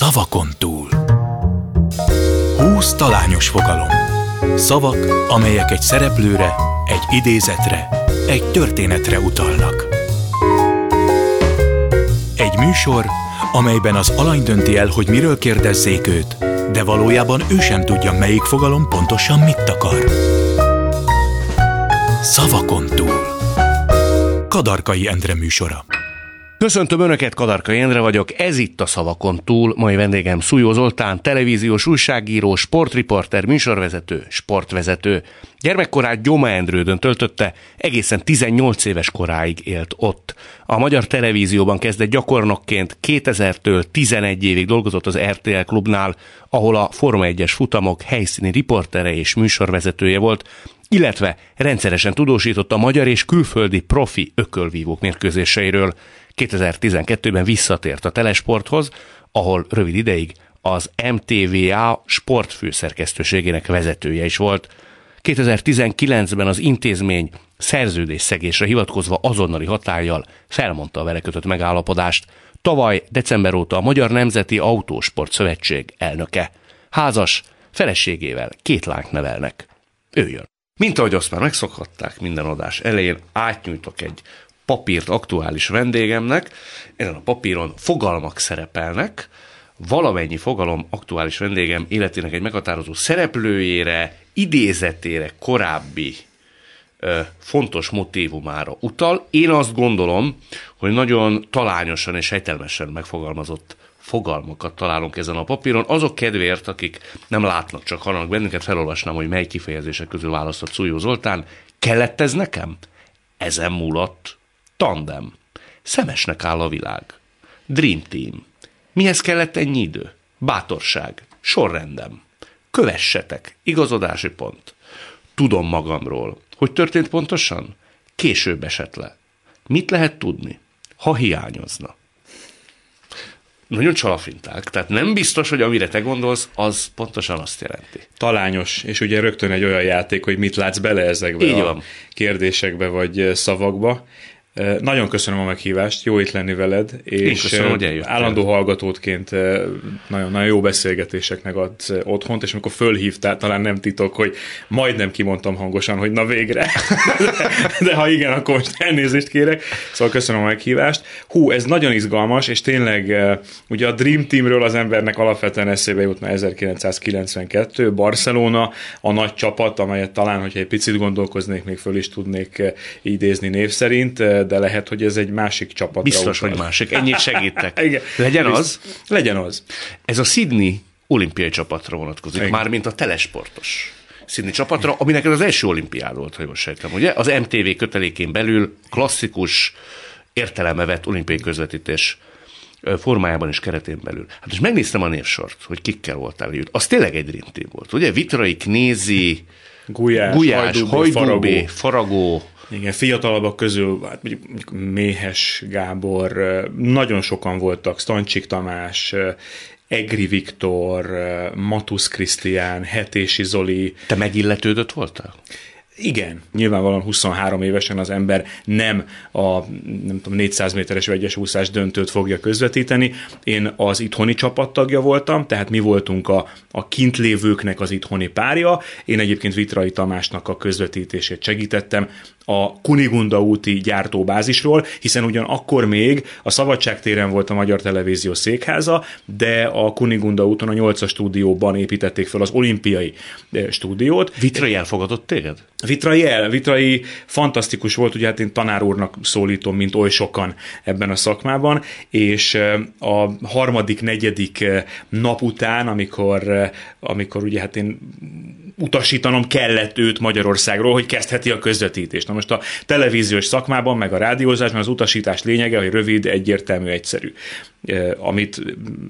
Szavakon túl. 20 talányos fogalom. Szavak, amelyek egy szereplőre, egy idézetre, egy történetre utalnak. Egy műsor, amelyben az alany dönti el, hogy miről kérdezzék őt, de valójában ő sem tudja, melyik fogalom pontosan mit akar. Szavakon túl. Kadarkai Endre műsora. Köszöntöm Önöket, Kadarkai Endre vagyok, ez itt a Szavakon túl. Mai vendégem Szújó Zoltán, televíziós újságíró, sportriporter, műsorvezető, sportvezető. Gyermekkorát Gyoma-Endrődön töltötte, egészen 18 éves koráig élt ott. A magyar televízióban kezdett gyakornokként, 2000-től 11 évig dolgozott az RTL Klubnál, ahol a Forma 1-es futamok helyszíni riportere és műsorvezetője volt, illetve rendszeresen tudósított a magyar és külföldi profi ökölvívók mérkőzéseiről. 2012-ben visszatért a Telesporthoz, ahol rövid ideig az MTVA sportfőszerkesztőségének vezetője is volt. 2019-ben az intézmény szerződésszegésre hivatkozva azonnali hatállyal felmondta a vele kötött megállapodást. Tavaly december óta a Magyar Nemzeti Autósport Szövetség elnöke. Házas, feleségével 2 lányt nevelnek. Ő jön. Mint ahogy azt már megszokhatták minden adás elején, átnyújtok egy papírt aktuális vendégemnek, ezen a papíron fogalmak szerepelnek, valamennyi fogalom aktuális vendégem életének egy meghatározó szereplőjére, idézetére, korábbi fontos motívumára utal. Én azt gondolom, hogy nagyon talányosan és sejtelmesen megfogalmazott fogalmakat találunk ezen a papíron. Azok kedvéért, akik nem látnak, csak hallanak bennünket, felolvasnám, hogy mely kifejezések közül választott Szújó Zoltán. Kellett ez nekem? Ezen múlott. Tandem. Szemesnek áll a világ. Dream Team. Mihez kellett ennyi idő? Bátorság. Sorrendem. Kövessetek. Igazodási pont. Tudom magamról. Hogy történt pontosan? Később esett le. Mit lehet tudni, ha hiányozna? Nagyon csalafinták, tehát nem biztos, hogy amire te gondolsz, az pontosan azt jelenti. Talányos, és ugye rögtön egy olyan játék, hogy mit látsz bele ezekbe így a van. kérdésekbe vagy szavakba. Nagyon köszönöm a meghívást, jó itt lenni veled, és köszönöm, hogy eljöttél. Állandó hallgatótként nagyon jó beszélgetéseknek adsz otthont, és amikor fölhívtál, talán nem titok, hogy majdnem kimondtam hangosan, hogy na végre, de ha igen, akkor most elnézést kérek, szóval köszönöm a meghívást. Ez nagyon izgalmas, és tényleg ugye a Dream Teamről az embernek alapvetően eszébe jutna 1992, Barcelona, a nagy csapat, amelyet talán, hogyha egy picit gondolkoznék, még föl is tudnék idézni név szerint, de lehet, hogy ez egy másik csapatra biztos, utal. hogy másik. Ennyit segítek. Igen. Legyen az? Legyen az. Ez a Sydney olimpiai csapatra vonatkozik, Igen. mármint a telesportos Sydney csapatra, aminek ez az első olimpiád volt, ha jól sejtem, ugye? Az MTV kötelékén belül klasszikus, értelembe vett olimpiai közvetítés formájában és keretén belül. Hát és megnéztem a névsort, hogy kikkel voltál együtt. Az tényleg egy Dream Team volt, ugye? Vitrai, Knézi, Gulyás, Hajdúbé, Faragó. Igen, fiatalabbak közül, hát mondjuk Méhes Gábor, nagyon sokan voltak, Stancsik Tamás, Egri Viktor, Matusz Krisztián, Hetési Zoli. Te megilletődött voltál? Igen, nyilvánvalóan 23 évesen az ember nem a 400 méteres vegyes úszás döntőt fogja közvetíteni. Én az itthoni csapattagja voltam, tehát mi voltunk a kintlévőknek az itthoni párja. Én egyébként Vitrai Tamásnak a közvetítését segítettem a Kunigunda úti gyártóbázisról, hiszen ugyan akkor még a Szabadságtéren volt a Magyar Televízió székháza, de a Kunigunda úton a 8-as stúdióban építették fel az olimpiai stúdiót. Vitrai elfogadott téged? Vitrai fantasztikus volt, ugye hát én tanár úrnak szólítom, mint oly sokan ebben a szakmában, és a harmadik, negyedik nap után, amikor ugye hát én utasítanom kellett őt Magyarországról, hogy kezdheti a közvetítést. Na most a televíziós szakmában, meg a rádiózásban az utasítás lényege, hogy rövid, egyértelmű, egyszerű. Amit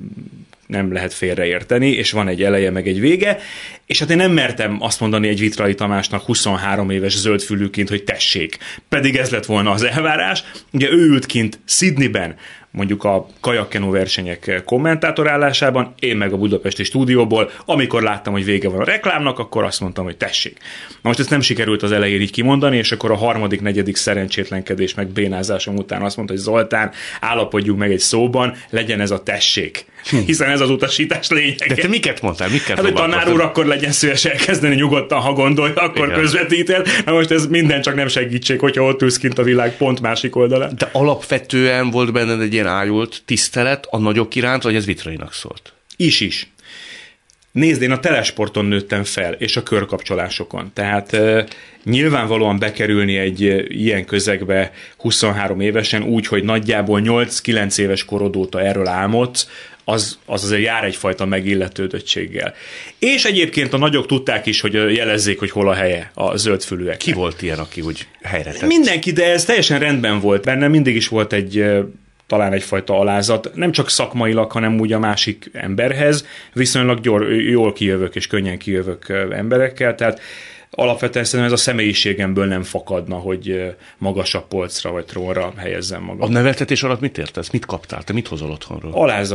nem lehet félreérteni, és van egy eleje, meg egy vége, és hát én nem mertem azt mondani egy Vitrai Tamásnak 23 éves zöldfülűként, hogy tessék. Pedig ez lett volna az elvárás. Ugye ő ült kint Sydneyben, mondjuk a kajakkenó versenyek kommentátorállásában, én meg a budapesti stúdióból, amikor láttam, hogy vége van a reklámnak, akkor azt mondtam, hogy tessék. Na most ezt nem sikerült az elején így kimondani, és akkor a harmadik, negyedik szerencsétlenkedés meg bénázásom után azt mondta, hogy Zoltán, állapodjunk meg egy szóban, legyen ez a tessék. hiszen ez az utasítás lényege. De te miket mondtál? Hát, hogy tanár úr, akkor legyen szíves elkezdeni nyugodtan, ha gondolja, akkor igen, közvetíted. Na most ez minden csak nem segítség, hogyha ott ülsz kint a világ pont másik oldalán. De alapvetően volt benned egy ilyen ájult tisztelet a nagyok iránt, vagy ez Vitrainak szólt? Is. Nézd, én a telesporton nőttem fel, és a körkapcsolásokon. Tehát nyilvánvalóan bekerülni egy ilyen közegbe 23 évesen úgy, hogy nagyjából 8-9 éves korod óta erről álmodsz, az azért jár egyfajta megilletődöttséggel. És egyébként a nagyok tudták is, hogy jelezzék, hogy hol a helye a zöldfülűek. Ki volt ilyen, aki úgy helyre tett? Mindenki, de ez teljesen rendben volt. Bennem mindig is volt talán egyfajta alázat, nem csak szakmailag, hanem úgy a másik emberhez, viszonylag jól kijövök és könnyen kijövök emberekkel, tehát alapvetően szerintem ez a személyiségemből nem fakadna, hogy magasabb polcra vagy trónra helyezzem magam. A neveltetés alatt mit értesz? Mit kaptál? Te mit hozol otthonról?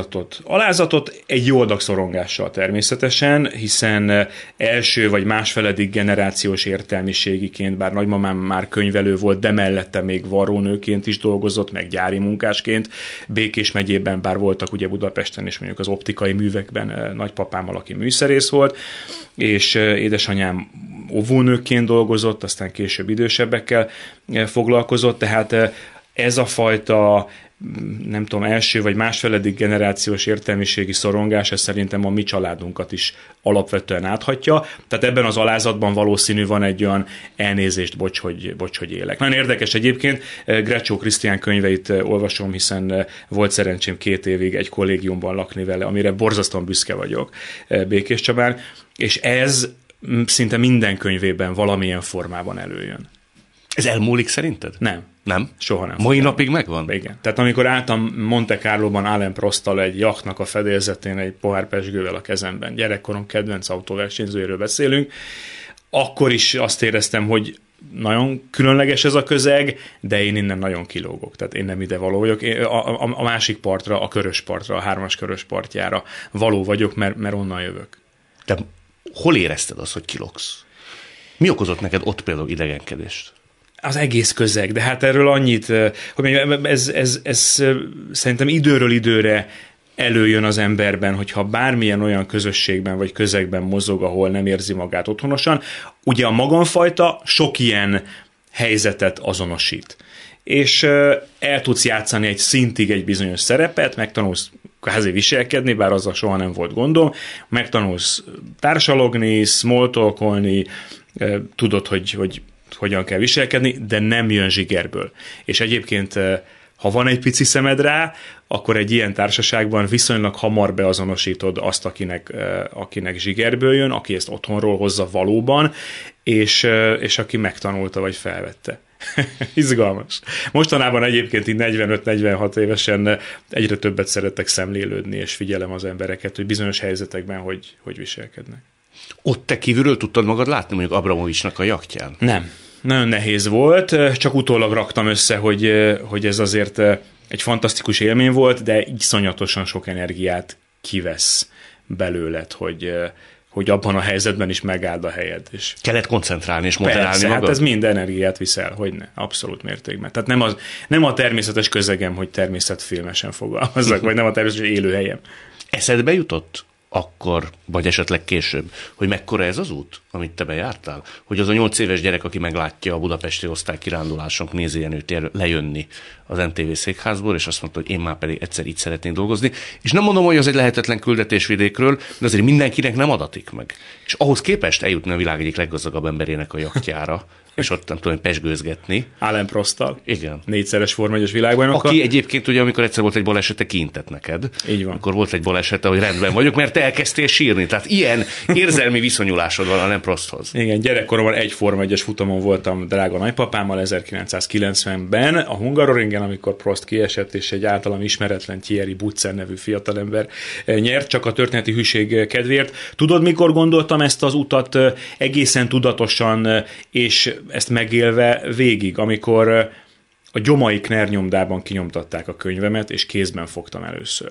Alázatot egy jó adag szorongással természetesen, hiszen első vagy másfeledik generációs értelmiségiként, bár nagymamám már könyvelő volt, de mellette még varrónőként is dolgozott, meg gyári munkásként. Békés megyében, bár voltak ugye Budapesten és mondjuk az optikai művekben nagypapámmal, aki műszerész volt, és édesanyám óvónőként dolgozott, aztán később idősebbekkel foglalkozott, tehát ez a fajta, nem tudom, első vagy másfeledik generációs értelmiségi szorongás, ez szerintem a mi családunkat is alapvetően áthatja. Tehát ebben az alázatban valószínű van egy olyan elnézést, bocs, hogy élek. Nagyon érdekes egyébként, Grecso Krisztián könyveit olvasom, hiszen volt szerencsém 2 évig egy kollégiumban lakni vele, amire borzasztóan büszke vagyok Békéscsabán, és ez szinte minden könyvében valamilyen formában előjön. Ez elmúlik szerinted? Nem? Soha nem. Mai napig megvan? Igen. Tehát amikor álltam Monte Carloban Alain Prosttal egy jachtnak a fedélzetén egy pohár pezsgővel a kezemben, gyerekkorom kedvenc autóversenyzőjéről beszélünk, akkor is azt éreztem, hogy nagyon különleges ez a közeg, de én innen nagyon kilógok. Tehát én nem ide való vagyok. Én a másik partra, a körös partra, a 3-as körös partjára való vagyok, mert onnan jövök. De hol érezted azt, hogy kilogsz? Mi okozott neked ott például idegenkedést? Az egész közeg, de hát erről annyit, hogy ez szerintem időről időre előjön az emberben, hogyha bármilyen olyan közösségben vagy közegben mozog, ahol nem érzi magát otthonosan, ugye a magamfajta sok ilyen helyzetet azonosít. És el tudsz játszani egy szintig egy bizonyos szerepet, megtanulsz kvázi viselkedni, bár azzal soha nem volt gondom, megtanulsz társalogni, smalltalkolni, tudod, hogy hogyan kell viselkedni, de nem jön zsigerből. És egyébként, ha van egy pici szemed rá, akkor egy ilyen társaságban viszonylag hamar beazonosítod azt, akinek zsigerből jön, aki ezt otthonról hozza valóban, és aki megtanulta vagy felvette. Izgalmas. Mostanában egyébként így 45-46 évesen egyre többet szeretek szemlélődni, és figyelem az embereket, hogy bizonyos helyzetekben hogy viselkednek. Ott te kívülről tudtad magad látni mondjuk Abramovicsnak a jachtján? Nem. Nagyon nehéz volt, csak utólag raktam össze, hogy ez azért egy fantasztikus élmény volt, de iszonyatosan sok energiát kivesz belőled, hogy abban a helyzetben is megáld a helyed. És kellett koncentrálni és moderálni magad? Hát ez mind energiát viszel, hogyne, abszolút mértékben. Tehát nem a természetes közegem, hogy természetfilmesen fogalmazzak, vagy nem a természetes élőhelyem. Eszedbe jutott akkor, vagy esetleg később, hogy mekkora ez az út, amit te bejártál? Hogy az a 8 éves gyerek, aki meglátja a budapesti osztálykiránduláson Knézi Jenőt lejönni az NTV székházból, és azt mondta, hogy én már pedig egyszer itt szeretnék dolgozni. És nem mondom, hogy az egy lehetetlen küldetés vidékről, de azért mindenkinek nem adatik meg. És ahhoz képest eljutni a világ egyik leggazdagabb emberének a jachtjára, és ott nem tudom, pesgőzgetni. Alain Prosttal. Igen. 4-szeres Forma 1-es világbajnok. Aki egyébként ugye, amikor egyszer volt egy balesete, kiintett neked. Így van. Akkor volt egy balesete, hogy rendben vagyok, mert te elkezdtél sírni. Tehát ilyen érzelmi viszonyulásod van Alain Prosthoz. Igen, gyerekkoromban egy Forma 1-es futamon voltam drága nagypapámmal 1990-ben a Hungaroringen, amikor Prost kiesett, és egy általam ismeretlen Thierry Butzer nevű fiatalember nyert, csak a történeti hűség kedvéért. Tudod, mikor gondoltam ezt az utat egészen tudatosan, és ezt megélve végig, amikor a Gyomai Kner nyomdában kinyomtatták a könyvemet, és kézben fogtam először.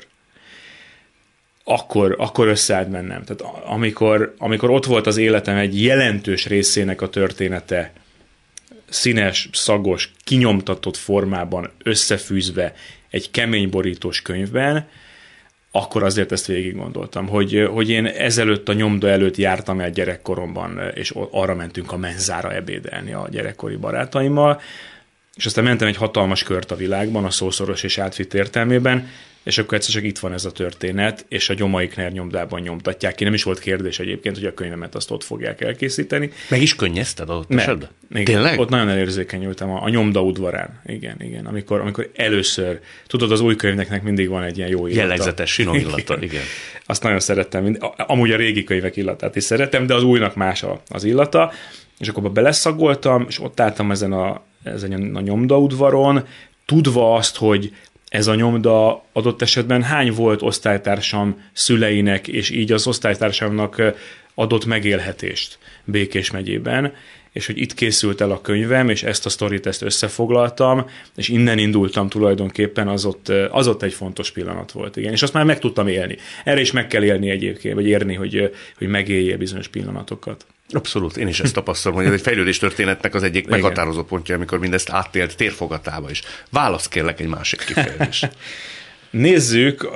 Akkor összeállt bennem. Tehát amikor ott volt az életem egy jelentős részének a története, színes, szagos, kinyomtatott formában összefűzve egy kemény borítós könyvben, akkor azért ezt végig gondoltam, hogy én ezelőtt a nyomda előtt jártam el gyerekkoromban, és arra mentünk a menzára ebédelni a gyerekkori barátaimmal, és aztán mentem egy hatalmas kört a világban, a szószoros és átvitt értelmében, és akkor egyszer csak itt van ez a történet, és a Gyomai-Knert nyomdában nyomtatják ki. Nem is volt kérdés egyébként, hogy a könyvemet azt ott fogják elkészíteni. Meg is könnyezted adott esetben? Tényleg? Ott nagyon elérzékenyültem a nyomda udvarán. Igen. Amikor először, tudod, az új könyveknek mindig van egy ilyen jó illata. Jellegzetes, finom illata, igen. Azt nagyon szerettem. Amúgy a régi könyvek illatát is szeretem, de az újnak más az illata. És akkor beleszagoltam, és ott álltam ezen a nyomda udvaron, tudva azt, hogy ez a nyomda adott esetben hány volt osztálytársam szüleinek, és így az osztálytársamnak adott megélhetést Békés megyében, és hogy itt készült el a könyvem, és ezt a sztorit összefoglaltam, és innen indultam tulajdonképpen, az ott egy fontos pillanat volt, igen. És azt már meg tudtam élni. Erre is meg kell élni egyébként, vagy érni, hogy megéljél bizonyos pillanatokat. Abszolút, én is ezt tapasztalom, hogy ez egy fejlődés történetnek az egyik meghatározó pontja, amikor mindezt áttélt térfogatába is. Válasz kérlek egy másik kifejezést. Nézzük,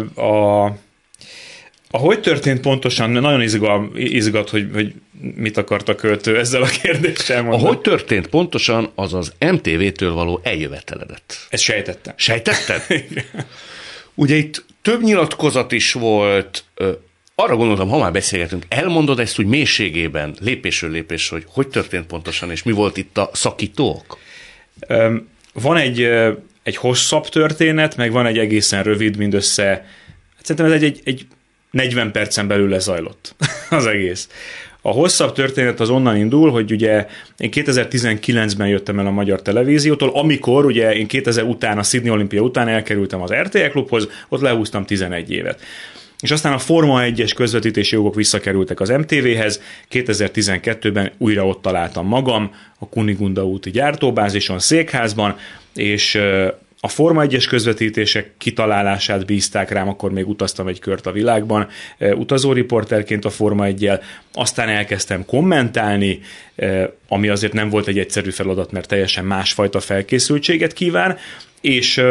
ahogy történt pontosan, nagyon izgat, hogy mit akart a költő ezzel a kérdéssel mondani. Ahogy történt pontosan, az az MTV-től való eljöveteledet. Ezt sejtettem. Sejtetted? Ugye itt több nyilatkozat is volt. Arra gondoltam, ha már beszélgetünk, elmondod ezt úgy mélységében, lépésről lépésről, hogy történt pontosan, és mi volt itt a szakítók? Van egy hosszabb történet, meg van egy egészen rövid, mindössze, szerintem ez egy 40 percen belül lezajlott az egész. A hosszabb történet az onnan indul, hogy ugye én 2019-ben jöttem el a Magyar Televíziótól, amikor ugye én 2000 után, a Sydney Olimpia után elkerültem az RTL Klubhoz, ott lehúztam 11 évet. És aztán a Forma 1-es közvetítési jogok visszakerültek az MTV-hez, 2012-ben újra ott találtam magam, a Kunigunda úti gyártóbázison, székházban, és a Forma 1-es közvetítések kitalálását bízták rám, akkor még utaztam egy kört a világban, utazóriporterként a Forma 1-jel, aztán elkezdtem kommentálni, ami azért nem volt egy egyszerű feladat, mert teljesen másfajta felkészültséget kíván, és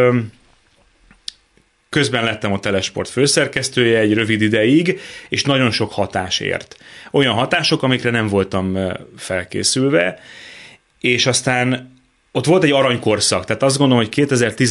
közben lettem a Telesport főszerkesztője egy rövid ideig, és nagyon sok hatás ért. Olyan hatások, amikre nem voltam felkészülve, és aztán ott volt egy aranykorszak, tehát azt gondolom, hogy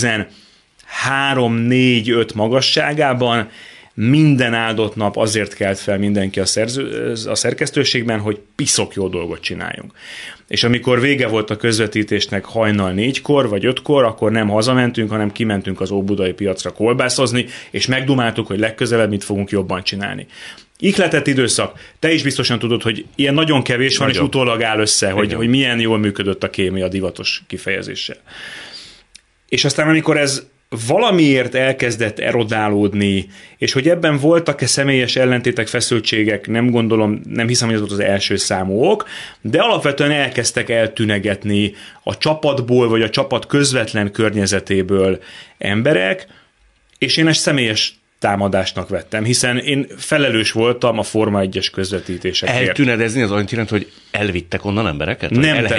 2013-4-5 magasságában minden áldott nap azért kelt fel mindenki a szerkesztőségben, hogy piszok jó dolgot csináljunk. És amikor vége volt a közvetítésnek hajnal 4-kor vagy 5-kor, akkor nem hazamentünk, hanem kimentünk az óbudai piacra kolbászozni, és megdumáltuk, hogy legközelebb mit fogunk jobban csinálni. Ihletett időszak. Te is biztosan tudod, hogy ilyen nagyon kevés van, és utólag áll össze, hogy milyen jól működött a kémia divatos kifejezéssel. És aztán amikor ez valamiért elkezdett erodálódni, és hogy ebben voltak-e személyes ellentétek, feszültségek, nem hiszem, hogy az volt az első számú ok, de alapvetően elkezdtek eltünegetni a csapatból, vagy a csapat közvetlen környezetéből emberek, és én ezt személyes támadásnak vettem, hiszen én felelős voltam a Forma 1-es közvetítésekért. Eltünedezni az olyan jelent, hogy elvittek onnan embereket?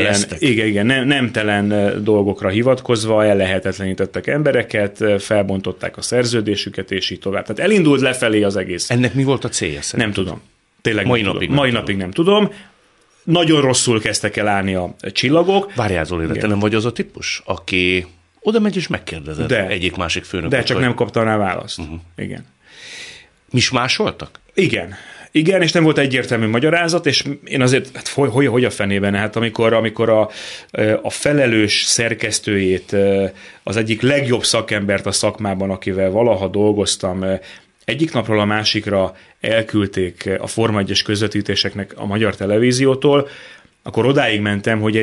Nemtelen dolgokra hivatkozva ellehetetlenítettek embereket, felbontották a szerződésüket, és így tovább. Tehát elindult lefelé az egész. Ennek mi volt a célja szerint? Nem tudom. Tényleg mai napig nem tudom. Nagyon rosszul kezdtek el állni a csillagok. Várjál, Zoli, te nem vagy az a típus, aki oda megy és megkérdezed egyik-másik főnököt. De csak nem kaptam rá választ. Igen. Mismásoltak? Igen, és nem volt egyértelmű magyarázat, és én azért, hogy a fenében, hát amikor a felelős szerkesztőjét, az egyik legjobb szakembert a szakmában, akivel valaha dolgoztam, egyik napról a másikra elküldték a Forma 1-es közvetítéseknek a Magyar Televíziótól, akkor odáig mentem, hogy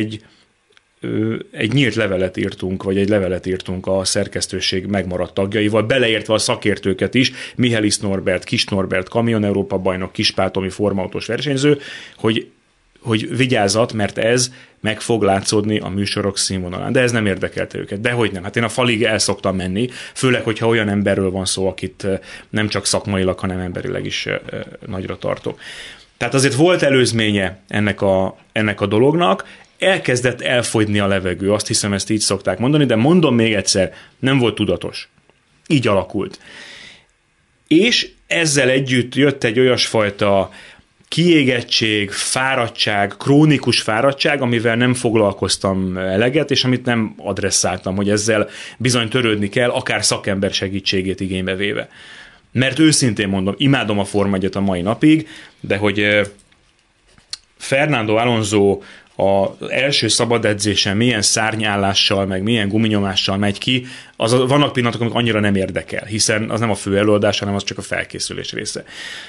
egy nyílt levelet írtunk a szerkesztőség megmaradt tagjaival, beleértve a szakértőket is, Mihelis Norbert, Kis Norbert, Kamion Európa bajnok, Kispál Tomi formautós versenyző, hogy vigyázzat, mert ez meg fog látszódni a műsorok színvonalán. De ez nem érdekelte őket. Dehogy nem. Hát én a falig el szoktam menni, főleg, hogyha olyan emberről van szó, akit nem csak szakmailag, hanem emberileg is nagyra tartok. Tehát azért volt előzménye ennek a dolognak, elkezdett elfogyni a levegő, azt hiszem, ezt így szokták mondani, de mondom még egyszer, nem volt tudatos. Így alakult. És ezzel együtt jött egy olyasfajta kiégettség, fáradtság, krónikus fáradtság, amivel nem foglalkoztam eleget, és amit nem adresszáltam, hogy ezzel bizony törődni kell, akár szakember segítségét igénybe véve. Mert őszintén mondom, imádom a Forma 1-et a mai napig, de hogy Fernando Alonso az első szabad edzésen milyen szárnyállással, meg milyen guminyomással megy ki, vannak pillanatok, amik annyira nem érdekel, hiszen az nem a fő előadás, hanem az csak a felkészülés része.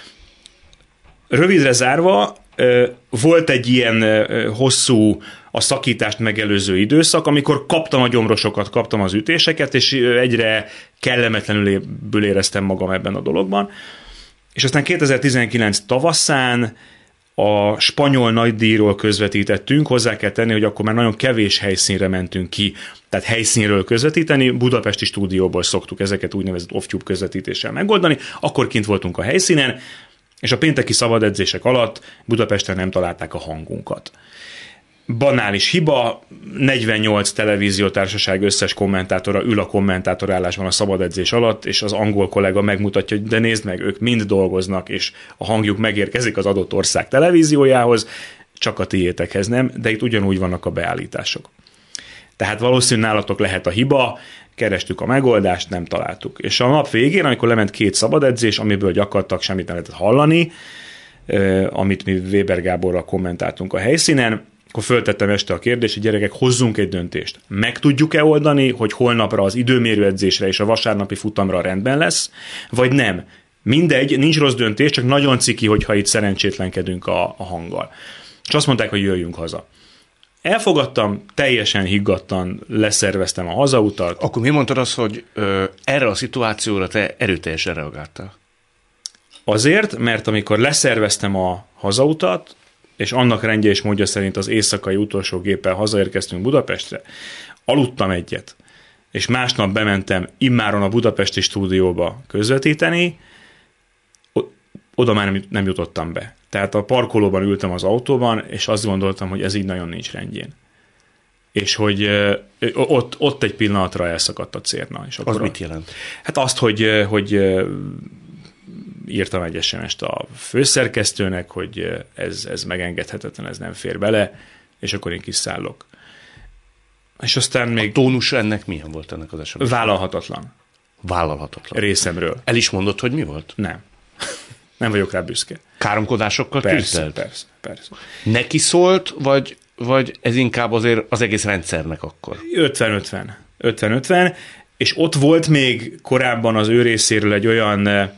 Rövidre zárva, volt egy ilyen hosszú, a szakítást megelőző időszak, amikor kaptam a gyomrosokat, kaptam az ütéseket, és egyre kellemetlenül éreztem magam ebben a dologban. És aztán 2019 tavaszán a spanyol nagydíjról közvetítettünk, hozzá kell tenni, hogy akkor már nagyon kevés helyszínre mentünk ki, tehát helyszínről közvetíteni, budapesti stúdióból szoktuk ezeket úgynevezett off-tube közvetítéssel megoldani, akkor kint voltunk a helyszínen, és a pénteki szabad edzések alatt Budapesten nem találták a hangunkat. Banális hiba, 48 televíziótársaság összes kommentátora ül a kommentátorállásban a szabad edzés alatt, és az angol kollega megmutatja, hogy de nézd meg, ők mind dolgoznak, és a hangjuk megérkezik az adott ország televíziójához, csak a tiétekhez nem, de itt ugyanúgy vannak a beállítások. Tehát valószínűleg nálatok lehet a hiba, kerestük a megoldást, nem találtuk. És a nap végén, amikor lement 2 szabad edzés, amiből gyakorlatilag semmit nem lehetett hallani, amit mi Weber Gáborral kommentáltunk a helyszínen, akkor föltettem este a kérdést, hogy gyerekek, hozzunk egy döntést. Meg tudjuk-e oldani, hogy holnapra az időmérő edzésre és a vasárnapi futamra rendben lesz, vagy nem? Mindegy, nincs rossz döntés, csak nagyon ciki, hogyha itt szerencsétlenkedünk a hanggal. És azt mondták, hogy jöjjünk haza. Elfogadtam, teljesen higgadtan leszerveztem a hazautat. Akkor mi mondtad azt, hogy erre a szituációra te erőteljesen reagáltál? Azért, mert amikor leszerveztem a hazautat, és annak rendje és módja szerint az éjszakai utolsó géppel hazaérkeztünk Budapestre, aludtam egyet, és másnap bementem immáron a budapesti stúdióba közvetíteni, oda már nem jutottam be. Tehát a parkolóban ültem az autóban, és azt gondoltam, hogy ez így nagyon nincs rendjén. És hogy ott egy pillanatra elszakadt a cérna. És akkor az mit jelent? Hát azt, hogy írtam egy SMS-t a főszerkesztőnek, hogy ez megengedhetetlen, ez nem fér bele, és akkor én kiszállok. És aztán még... A tónus ennek milyen volt ennek az SMS? Vállalhatatlan. Vállalhatatlan. Részemről. El is mondod, hogy mi volt? Nem. Nem vagyok rá büszke. Káromkodásokkal küzdelt? Persze. Neki szólt, vagy ez inkább azért az egész rendszernek akkor? 50-50, és ott volt még korábban az ő részéről egy olyan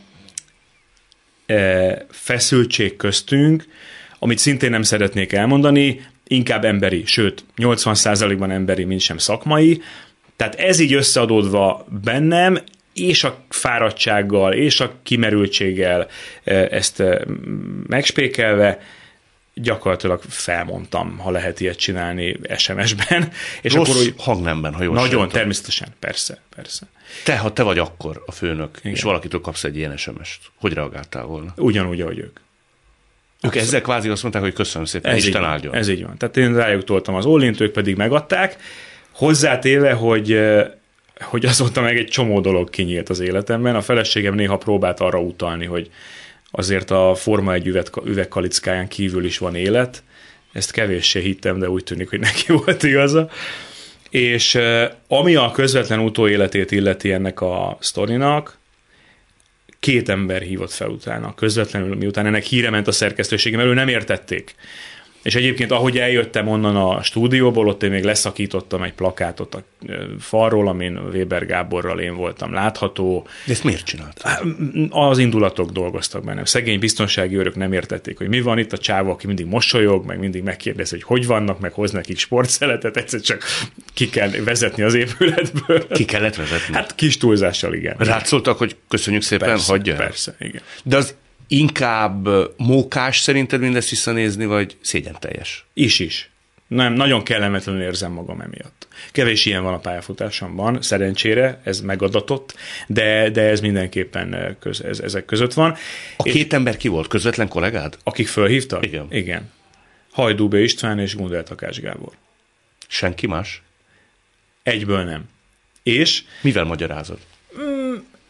feszültség köztünk, amit szintén nem szeretnék elmondani, inkább emberi, sőt, 80%-ban emberi, mint sem szakmai. Tehát ez így összeadódva bennem, és a fáradtsággal, és a kimerültséggel ezt megspékelve, gyakorlatilag felmondtam, ha lehet ilyet csinálni SMS-ben. És rossz akkor úgy, hangnemben, ha jól nagyon, sejtem. természetesen, persze. Ha te vagy akkor a főnök, igen, és valakitől kapsz egy ilyen SMS-t, hogy reagáltál volna? Ugyanúgy, ahogy ők. Ők ezzel kvázi azt mondták, hogy köszönöm szépen, Isten áldjon. Ez így van. Tehát én rájuk toltam az all-int, ők pedig megadták, hozzátéve, hogy azóta meg egy csomó dolog kinyílt az életemben. A feleségem néha próbált arra utalni, hogy azért a Forma 1 üvegkalickáján kívül is van élet. Ezt kevéssé hittem, de úgy tűnik, hogy neki volt igaza. És ami a közvetlen utóéletét illeti ennek a sztorinak, 2 ember hívott fel utána, közvetlenül miután ennek híre ment a szerkesztőségem, elő nem értették. És egyébként, ahogy eljöttem onnan a stúdióból, ott én még leszakítottam egy plakátot a falról, amin Weber Gáborral én voltam látható. De ezt miért csináltál? Az indulatok dolgoztak bennem. Szegény biztonsági őrök nem értették, hogy mi van itt, a csávó, aki mindig mosolyog, meg mindig megkérdezi, hogy vannak, meg hoz nekik sportszeletet, egyszer csak ki kell vezetni az épületből. Ki kellett vezetni? Hát kis túlzással, igen. Rád szóltak, hogy köszönjük szépen, persze, hagyja. Persze, igen. De az inkább mókás szerinted mindezt visszanézni, vagy szégyenteljes? Is. Nem, nagyon kellemetlenül érzem magam emiatt. Kevés ilyen van a pályafutásomban, szerencsére, ez megadatott, de ez mindenképpen ezek között van. A 2 ember ki volt? Közvetlen kollégád? Akik fölhívtak? Igen. Hajdú B. István és Gundel Takács Gábor. Senki más? Egyből nem. És? Mivel magyarázod?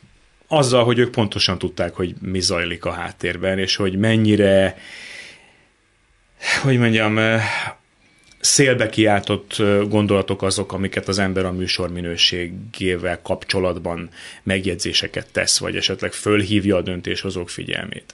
azzal, hogy ők pontosan tudták, hogy mi zajlik a háttérben, és hogy mennyire, hogy mondjam, szélbe kiáltott gondolatok azok, amiket az ember a műsor minőségével kapcsolatban megjegyzéseket tesz, vagy esetleg fölhívja a döntéshozók figyelmét.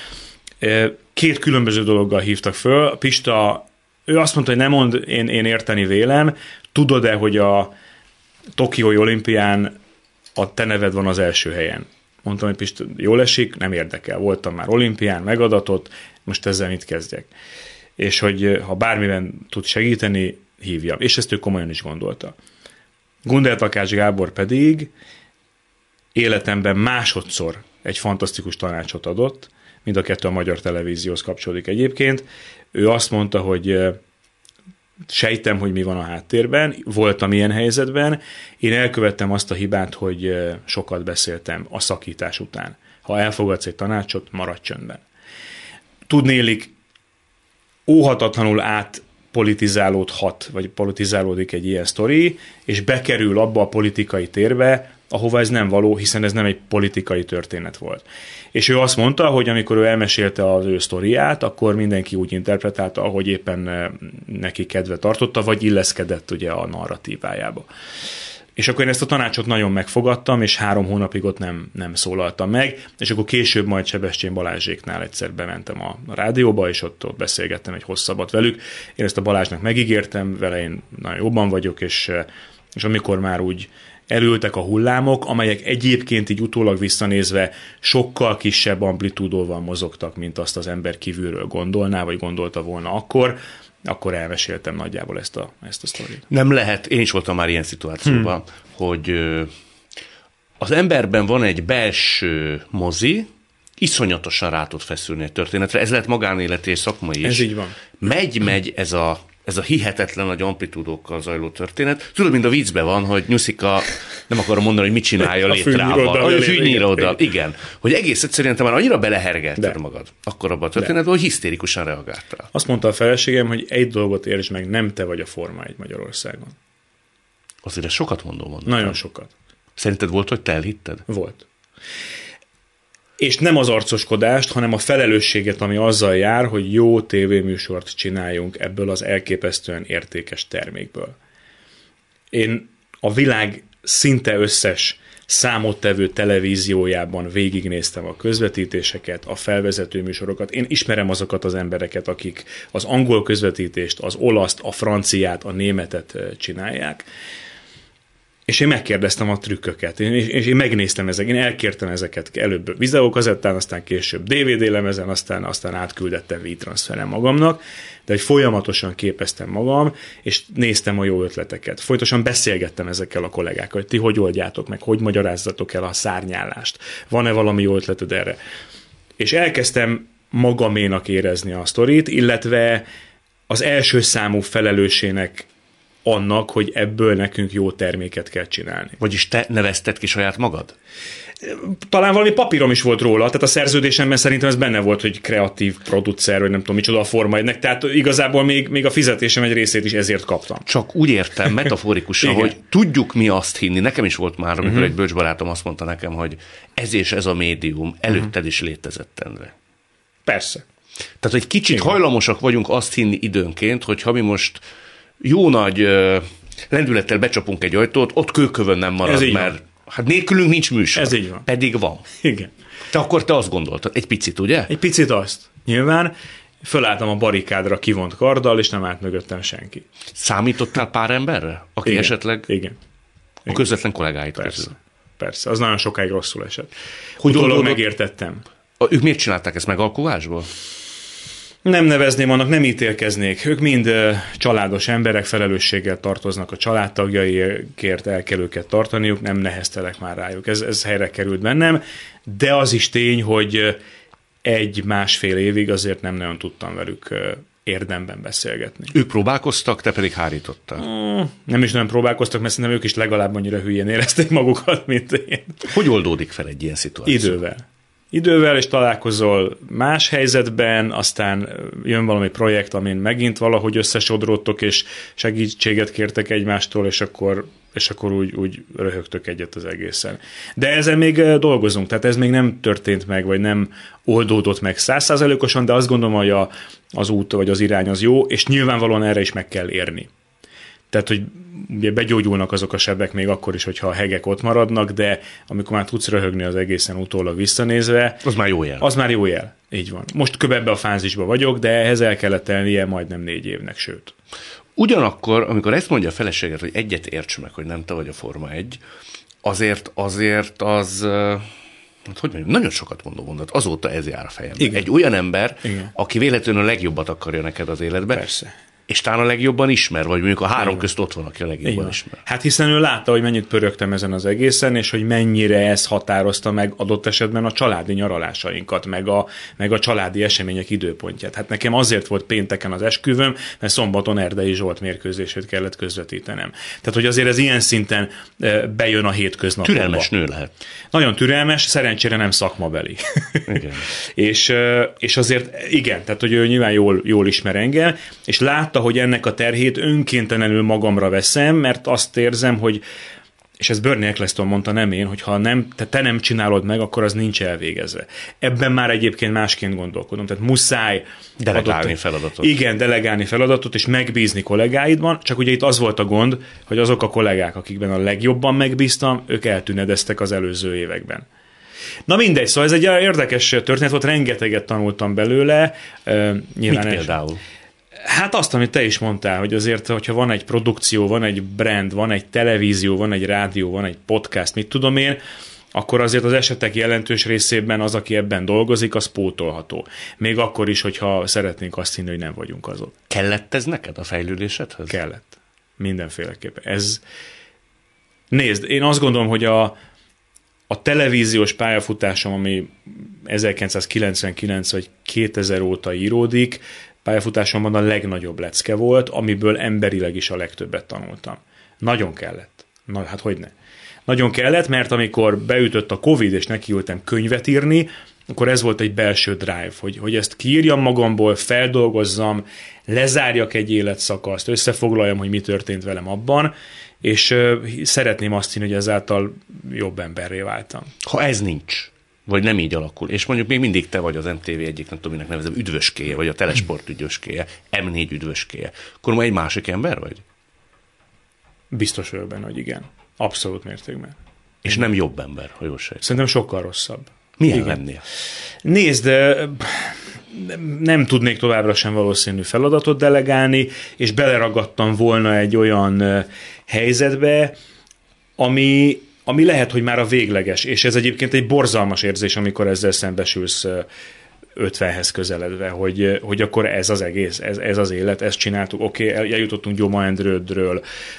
Két különböző dologgal hívtak föl. Pista, ő azt mondta, hogy nem mond, én érteni vélem, tudod-e, hogy a Tokiói olimpián a te neved van az első helyen? Mondtam, hogy Pista, jól esik, nem érdekel. Voltam már olimpián, megadatott, most ezzel mit kezdjek? És hogy ha bármiben tud segíteni, hívjam. És ezt ő komolyan is gondolta. Gundel Takács Gábor pedig életemben másodszor egy fantasztikus tanácsot adott, mind a kettő a Magyar Televízióhoz kapcsolódik egyébként. Ő azt mondta, hogy sejtem, hogy mi van a háttérben, voltam ilyen helyzetben, én elkövettem azt a hibát, hogy sokat beszéltem a szakítás után. Ha elfogadsz egy tanácsot, maradj csöndben. Tudnélik, óhatatlanul átpolitizálódhat, vagy politizálódik egy ilyen sztori, és bekerül abba a politikai térbe, ahova ez nem való, hiszen ez nem egy politikai történet volt. És ő azt mondta, hogy amikor ő elmesélte az ő sztoriát, akkor mindenki úgy interpretálta, ahogy éppen neki kedve tartotta, vagy illeszkedett ugye a narratívájába. És akkor én ezt a tanácsot nagyon megfogadtam, és 3 hónapig ott nem szólaltam meg, és akkor később majd Sebestyén Balázséknál egyszer bementem a rádióba, és ott beszélgettem egy hosszabbat velük. Én ezt a Balázsnak megígértem, vele én nagyon jobban vagyok, és amikor már úgy elültek a hullámok, amelyek egyébként így utólag visszanézve sokkal kisebb amplitúdóval mozogtak, mint azt az ember kívülről gondolná, vagy gondolta volna akkor elmeséltem nagyjából ezt a sztorit. Nem lehet, én is voltam már ilyen szituációban, hogy az emberben van egy belső mozi, iszonyatosan rá tud feszülni egy történetre, ez lehet magánéleti és szakmai is. Ez így van. Megy ez a hihetetlen nagy amplitúdókkal zajló történet. Tudod, mint a viccben van, hogy Nyuszika, nem akarom mondani, hogy mit csinálja a létrával. A fűnyíra oldal. Igen. Hogy egész egyszerűen te már annyira belehergelted magad akkor abban a történetben, hogy hisztérikusan reagáltál. Azt mondta a feleségem, hogy egy dolgot értsd meg, nem te vagy a Forma 1 Magyarországon. Azért ez sokat mondom. Nagyon sokat. Szerinted volt, hogy te elhitted? Volt. És nem az arcoskodást, hanem a felelősséget, ami azzal jár, hogy jó tévéműsort csináljunk ebből az elképesztően értékes termékből. Én a világ szinte összes számottevő televíziójában végignéztem a közvetítéseket, a felvezető műsorokat. Én ismerem azokat az embereket, akik az angol közvetítést, az olaszt, a franciát, a németet csinálják. És én megkérdeztem a trükköket, és én megnéztem ezeket, én elkértem ezeket előbb videókazettán, aztán később DVD lemezen, aztán átküldettem WeTransferen magamnak, de hogy folyamatosan képeztem magam, és néztem a jó ötleteket. Folyamatosan beszélgettem ezekkel a kollégákkal, hogy ti hogy oldjátok meg, hogy magyarázzatok el a szárnyállást, van-e valami jó ötleted erre. És elkezdtem magaménak érezni a sztorit, illetve az első számú felelősének annak, hogy ebből nekünk jó terméket kell csinálni. Vagyis te nevezted ki saját magad? Talán valami papírom is volt róla, tehát a szerződésemben szerintem ez benne volt, hogy kreatív producer, vagy nem tudom micsoda a Forma 1-nek, tehát igazából még a fizetésem egy részét is ezért kaptam. Csak úgy értem metaforikusan, hogy tudjuk mi azt hinni, nekem is volt már, amikor egy bölcsbarátom azt mondta nekem, hogy ez és ez a médium előtted is létezett, Endre. Persze. Tehát egy kicsit hajlamosak vagyunk azt hinni időnként, hogy ha mi most jó nagy lendülettel becsapunk egy ajtót, ott kőkövön nem marad, mert hát nélkülünk nincs műsor. Ez így van. Pedig van. Igen. Te azt gondoltad, egy picit, ugye? Egy picit azt. Nyilván fölálltam a barikádra kivont karddal, és nem állt mögöttem senki. Számítottál pár emberre? Aki esetleg Igen. A közvetlen kollégáit közül? Persze. Az nagyon sokáig rosszul esett. Utólag megértettem. Ők miért csinálták ezt, megalkuvásból? Nem nevezném annak, nem ítélkeznék. Ők mind családos emberek, felelősséggel tartoznak a családtagjaiért, el kell őket tartaniuk, nem neheztelek már rájuk. Ez helyre került bennem, de az is tény, hogy 1-1,5 évig azért nem nagyon tudtam velük érdemben beszélgetni. Ők próbálkoztak, te pedig hárítottál. Nem is nagyon próbálkoztak, mert szerintem ők is legalább annyira hülyén érezték magukat, mint én. Hogy oldódik fel egy ilyen szituáció? Idővel, és találkozol más helyzetben, aztán jön valami projekt, amin megint valahogy összesodródtok, és segítséget kértek egymástól, és akkor és akkor úgy röhögtök egyet az egészen. De ezen még dolgozunk, tehát ez még nem történt meg, vagy nem oldódott meg 100%-osan, de azt gondolom, hogy az út vagy az irány az jó, és nyilvánvalóan erre is meg kell érni. Tehát, hogy ugye begyógyulnak azok a sebek még akkor is, hogyha a hegek ott maradnak, de amikor már tudsz röhögni az egészen utólag visszanézve, az már jó jel. Az már jó jel, így van. Most ebbe a fázisba vagyok, de ehhez el kellett telnie majdnem 4 évnek, sőt. Ugyanakkor, amikor ezt mondja a feleséget, hogy egyet érts meg, hogy nem te vagy a Forma 1, azért az, hát hogy mondjam, nagyon sokat mondó mondat, azóta ez jár a fejemben. Egy olyan ember, igen, aki véletlenül a legjobbat akarja neked az életben, persze, és talán a legjobban ismer, vagy mondjuk a 3 közt ott van, aki a legjobban ismer. Hát hiszen ő látta, hogy mennyit pörögtem ezen az egészen, és hogy mennyire ez határozta meg adott esetben a családi nyaralásainkat, meg a családi események időpontját. Hát nekem azért volt pénteken az esküvőm, mert szombaton Erdei Zsolt mérkőzését kellett közvetítenem. Tehát, hogy azért ez ilyen szinten bejön a hétköznapokba. Türelmes nő lehet. Nagyon türelmes, szerencsére nem szakmabeli. Igen. és azért igen, tehát, hogy ő nyilván jól ismer engem, és hogy ennek a terhét önkéntelenül magamra veszem, mert azt érzem, hogy, és ezt Bernie Eccleston mondta, nem én, hogy ha te nem csinálod meg, akkor az nincs elvégezve. Ebben már egyébként másként gondolkodom. Tehát muszáj delegálni feladatot. Igen, delegálni feladatot, és megbízni kollégáidban, csak ugye itt az volt a gond, hogy azok a kollégák, akikben a legjobban megbíztam, ők eltűnedeztek az előző években. Na mindegy, szóval ez egy érdekes történet volt, rengeteget tanultam belőle. Mit például? Hát azt, amit te is mondtál, hogy azért, hogyha van egy produkció, van egy brand, van egy televízió, van egy rádió, van egy podcast, mit tudom én, akkor azért az esetek jelentős részében az, aki ebben dolgozik, az pótolható. Még akkor is, hogyha szeretnénk azt hinni, hogy nem vagyunk azok. Kellett ez neked a fejlődésedhez? Kellett. Mindenféleképpen. Nézd, én azt gondolom, hogy a televíziós pályafutásom, ami 1999 vagy 2000 óta íródik, pályafutásomban a legnagyobb lecke volt, amiből emberileg is a legtöbbet tanultam. Nagyon kellett. Hát hogyne. Nagyon kellett, mert amikor beütött a Covid, és nekiültem könyvet írni, akkor ez volt egy belső drive, hogy ezt kiírjam magamból, feldolgozzam, lezárjak egy életszakaszt, összefoglaljam, hogy mi történt velem abban, és szeretném azt hinni, hogy ezáltal jobb emberré váltam. Ha ez nincs, vagy nem így alakul, és mondjuk még mindig te vagy az MTV egyik, nem tudom, minek nevezem, üdvöskéje, vagy a Telesport üdvöskéje, M4 üdvöskéje, akkor ma egy másik ember vagy? Biztos vagyok benne, hogy igen. Abszolút mértékben. És nem jobb ember, ha jól sejtem. Szerintem sokkal rosszabb. Milyen lennél? Nézd, nem tudnék továbbra sem valószínű feladatot delegálni, és beleragadtam volna egy olyan helyzetbe, ami lehet, hogy már a végleges, és ez egyébként egy borzalmas érzés, amikor ezzel szembesülsz 50-hez közeledve, hogy akkor ez az egész, ez az élet, ezt csináltuk, oké, eljutottunk Gyoma Endrődről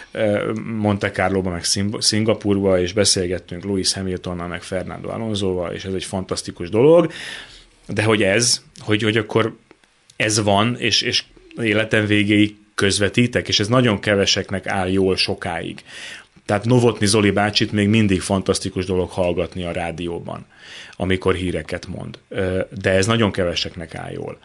Monte Carloba, meg Szingapurba, és beszélgettünk Lewis Hamiltonnal, meg Fernando Alonsoval, és ez egy fantasztikus dolog, de hogy akkor ez van, és életem végéig közvetítek, és ez nagyon keveseknek áll jól sokáig. Tehát Novotny Zoli bácsit még mindig fantasztikus dolog hallgatni a rádióban, amikor híreket mond. De ez nagyon keveseknek áll jól.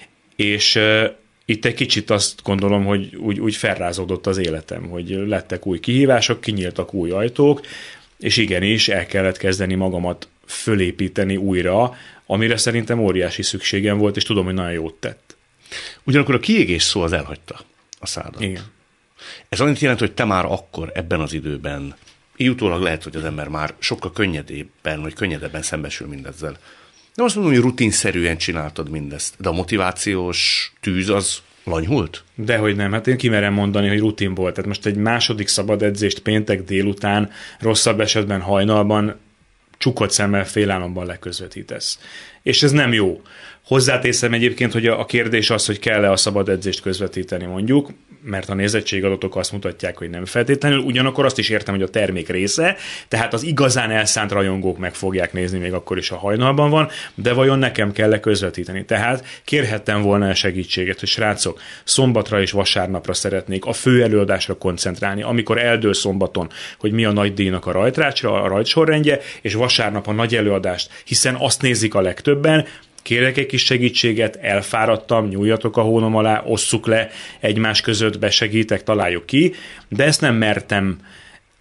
És itt egy kicsit azt gondolom, hogy úgy felrázódott az életem, hogy lettek új kihívások, kinyíltak új ajtók, és igenis el kellett kezdeni magamat fölépíteni újra, amire szerintem óriási szükségem volt, és tudom, hogy nagyon jót tett. Ugyanakkor a kiégés szó az elhagyta a szádat. Igen. Ez annyit jelent, hogy te már akkor, ebben az időben, így utólag lehet, hogy az ember már sokkal könnyedebben szembesül mindezzel. Nem azt mondom, hogy rutinszerűen csináltad mindezt, de a motivációs tűz az lanyhult? Dehogy nem, hát én kimerem mondani, hogy rutin volt. Tehát most egy második szabad edzést péntek délután, rosszabb esetben hajnalban, csukott szemmel félálomban leközvetítesz. És ez nem jó. Hozzáteszem egyébként, hogy a kérdés az, hogy kell-e a szabad edzést közvetíteni mondjuk, mert a nézettségadatok azt mutatják, hogy nem feltétlenül, ugyanakkor azt is értem, hogy a termék része, tehát az igazán elszánt rajongók meg fogják nézni, még akkor is a hajnalban van, de vajon nekem kell közvetíteni. Tehát kérhettem volna segítséget, hogy srácok, szombatra és vasárnapra szeretnék a fő előadásra koncentrálni, amikor eldől szombaton, hogy mi a nagy díjnak a rajtrácsra, a rajtsorrendje, és vasárnap a nagy előadást, hiszen azt nézik a legtöbben. Kérek egy kis segítséget, elfáradtam, nyúljatok a hónom alá, osszuk le egymás között, besegítek, találjuk ki, de ezt nem mertem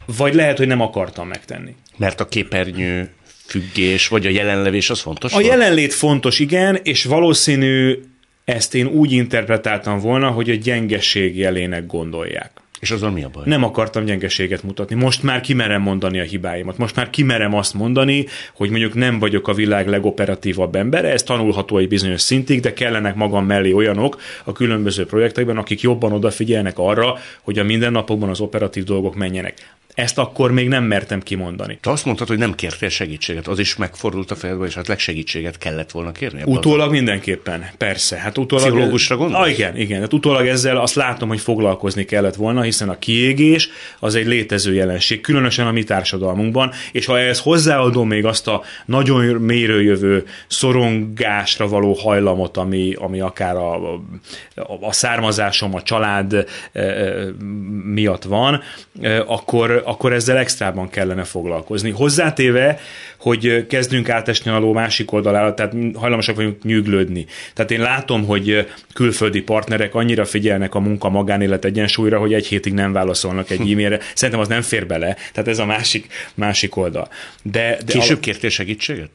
vagy lehet, hogy nem akartam megtenni. Mert a képernyő függés, vagy a jelenlevés az fontos? A jelenlét fontos, igen, és valószínű ezt én úgy interpretáltam volna, hogy a gyengeség jelének gondolják. És azon mi a baj? Nem akartam gyengeséget mutatni. Most már kimerem mondani a hibáimat. Most már kimerem azt mondani, hogy mondjuk nem vagyok a világ legoperatívabb embere, ez tanulható egy bizonyos szintig, de kellenek magam mellé olyanok a különböző projektekben, akik jobban odafigyelnek arra, hogy a mindennapokban az operatív dolgok menjenek. Ezt akkor még nem mertem kimondani. Te azt mondtad, hogy nem kértél segítséget. Az is megfordult a fejedbe, és hát segítséget kellett volna kérni? Utólag mindenképpen, persze. Hát utólag... Pszichológusra gondolsz? Igen. Hát utólag ezzel azt látom, hogy foglalkozni kellett volna, hiszen a kiégés az egy létező jelenség, különösen a mi társadalmunkban, és ha ehhez hozzáadom még azt a nagyon mélyről jövő szorongásra való hajlamot, ami akár a származásom, a család miatt van, akkor ezzel extrában kellene foglalkozni. Hozzátéve, hogy kezdünk átesni a ló másik oldalára, tehát hajlamosak vagyunk nyűglődni. Tehát én látom, hogy külföldi partnerek annyira figyelnek a munka-magánélet egyensúlyra, hogy egy hétig nem válaszolnak egy e-mailre. Szerintem az nem fér bele. Tehát ez a másik oldal. De később kértél segítséget?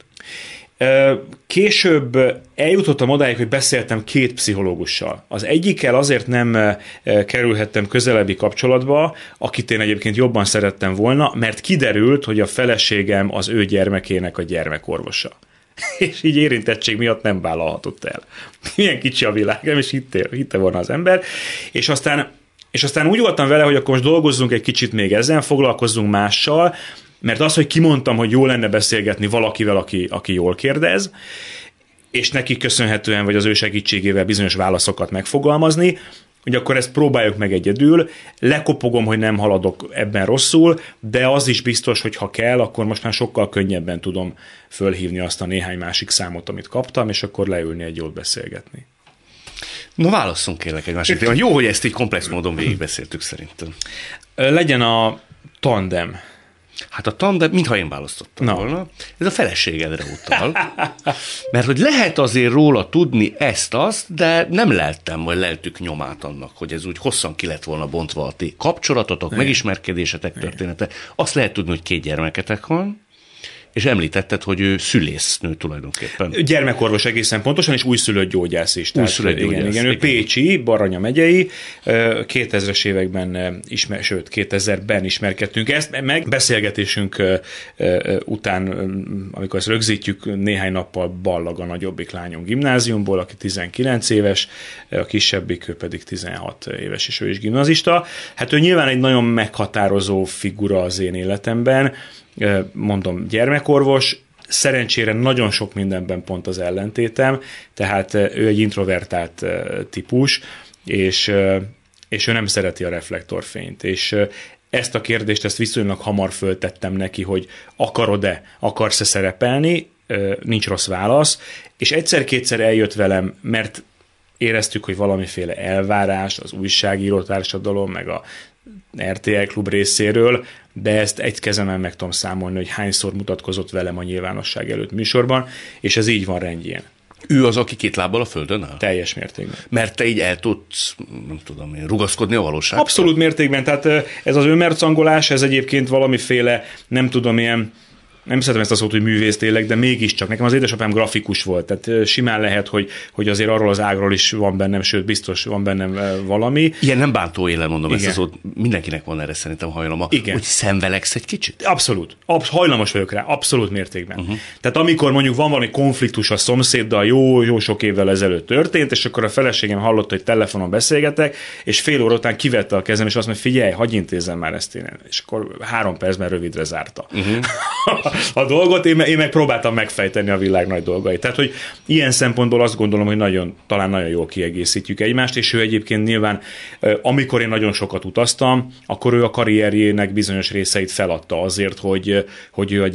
Később eljutottam odáig, hogy beszéltem 2 pszichológussal. Az egyikkel azért nem kerülhettem közelebbi kapcsolatba, akit én egyébként jobban szerettem volna, mert kiderült, hogy a feleségem az ő gyermekének a gyermekorvosa. És így érintettség miatt nem vállalhatott el. Milyen kicsi a világ, nem is hitte volna az ember. És aztán úgy voltam vele, hogy akkor most dolgozzunk egy kicsit még ezen, foglalkozzunk mással, mert az, hogy kimondtam, hogy jó lenne beszélgetni valakivel, aki jól kérdez, és neki köszönhetően, vagy az ő segítségével bizonyos válaszokat megfogalmazni, hogy akkor ezt próbáljuk meg egyedül, lekopogom, hogy nem haladok ebben rosszul, de az is biztos, hogy ha kell, akkor most már sokkal könnyebben tudom fölhívni azt a néhány másik számot, amit kaptam, és akkor leülni egy jót beszélgetni. No, válasszunk kérlek egy másik témát. Jó, hogy ezt így komplex módon végigbeszéltük szerintem. Legyen a tandem. Hát a tandem, mintha én választottam volna, ez a feleségedre utal. Mert hogy lehet azért róla tudni ezt-azt, de nem leltem, vagy leltük nyomát annak, hogy ez úgy hosszan ki lett volna bontva a ti kapcsolatotok, megismerkedésetek története. Azt lehet tudni, hogy 2 gyermeketek van, és említetted, hogy ő szülésznő tulajdonképpen. Gyermekorvos egészen pontosan, és újszülött gyógyász is. Újszülött gyógyász. Igen, ő pécsi, Baranya megyei, 2000-es években, sőt 2000-ben ismerkedtünk ezt, meg beszélgetésünk után, amikor ezt rögzítjük, néhány nappal ballag a nagyobbik lányom gimnáziumból, aki 19 éves, a kisebbik, ő pedig 16 éves, és ő is gimnazista. Hát ő nyilván egy nagyon meghatározó figura az én életemben, mondom, gyermekorvos, szerencsére nagyon sok mindenben pont az ellentétem, tehát ő egy introvertált típus, és ő nem szereti a reflektorfényt, és ezt a kérdést, ezt viszonylag hamar föltettem neki, hogy akarsz-e szerepelni, nincs rossz válasz, és egyszer-kétszer eljött velem, mert éreztük, hogy valamiféle elvárás az újságíró társadalom, meg a RTL Klub részéről, de ezt egy kezemen meg tudom számolni, hogy hányszor mutatkozott velem a nyilvánosság előtt műsorban, és ez így van rendjén. Ő az, aki 2 lábbal a földön áll? Teljes mértékben. Mert te így el tudsz, nem tudom én, rugaszkodni a valóságtól? Abszolút mértékben, tehát ez az önmercangolás, ez egyébként valamiféle, nem tudom, ilyen, nem szeretem ezt a szót, hogy művész tényleg, de mégiscsak. Nekem az édesapám grafikus volt, tehát simán lehet, hogy azért arról az ágról is van bennem, sőt, biztos van bennem valami. Ilyen nem bántó élen mondom ezt a szót, mindenkinek van erre szerintem hajlama. Igen. Hogy szenvelegsz egy kicsit? Abszolút. Hajlamos vagyok rá, abszolút mértékben. Tehát amikor mondjuk van valami konfliktus a szomszéddal, jó sok évvel ezelőtt történt, és akkor a feleségem hallotta, hogy telefonon beszélgetek, és fél óra után kivette a kezem, és azt mondja, figyelj, hagyj intézzem már ezt én. És akkor 3 percben rövidre zárta. A dolgot, én meg próbáltam megfejteni a világ nagy dolgait. Tehát, hogy ilyen szempontból azt gondolom, hogy talán nagyon jól kiegészítjük egymást, és ő egyébként nyilván, amikor én nagyon sokat utaztam, akkor ő a karrierjének bizonyos részeit feladta azért, hogy ő a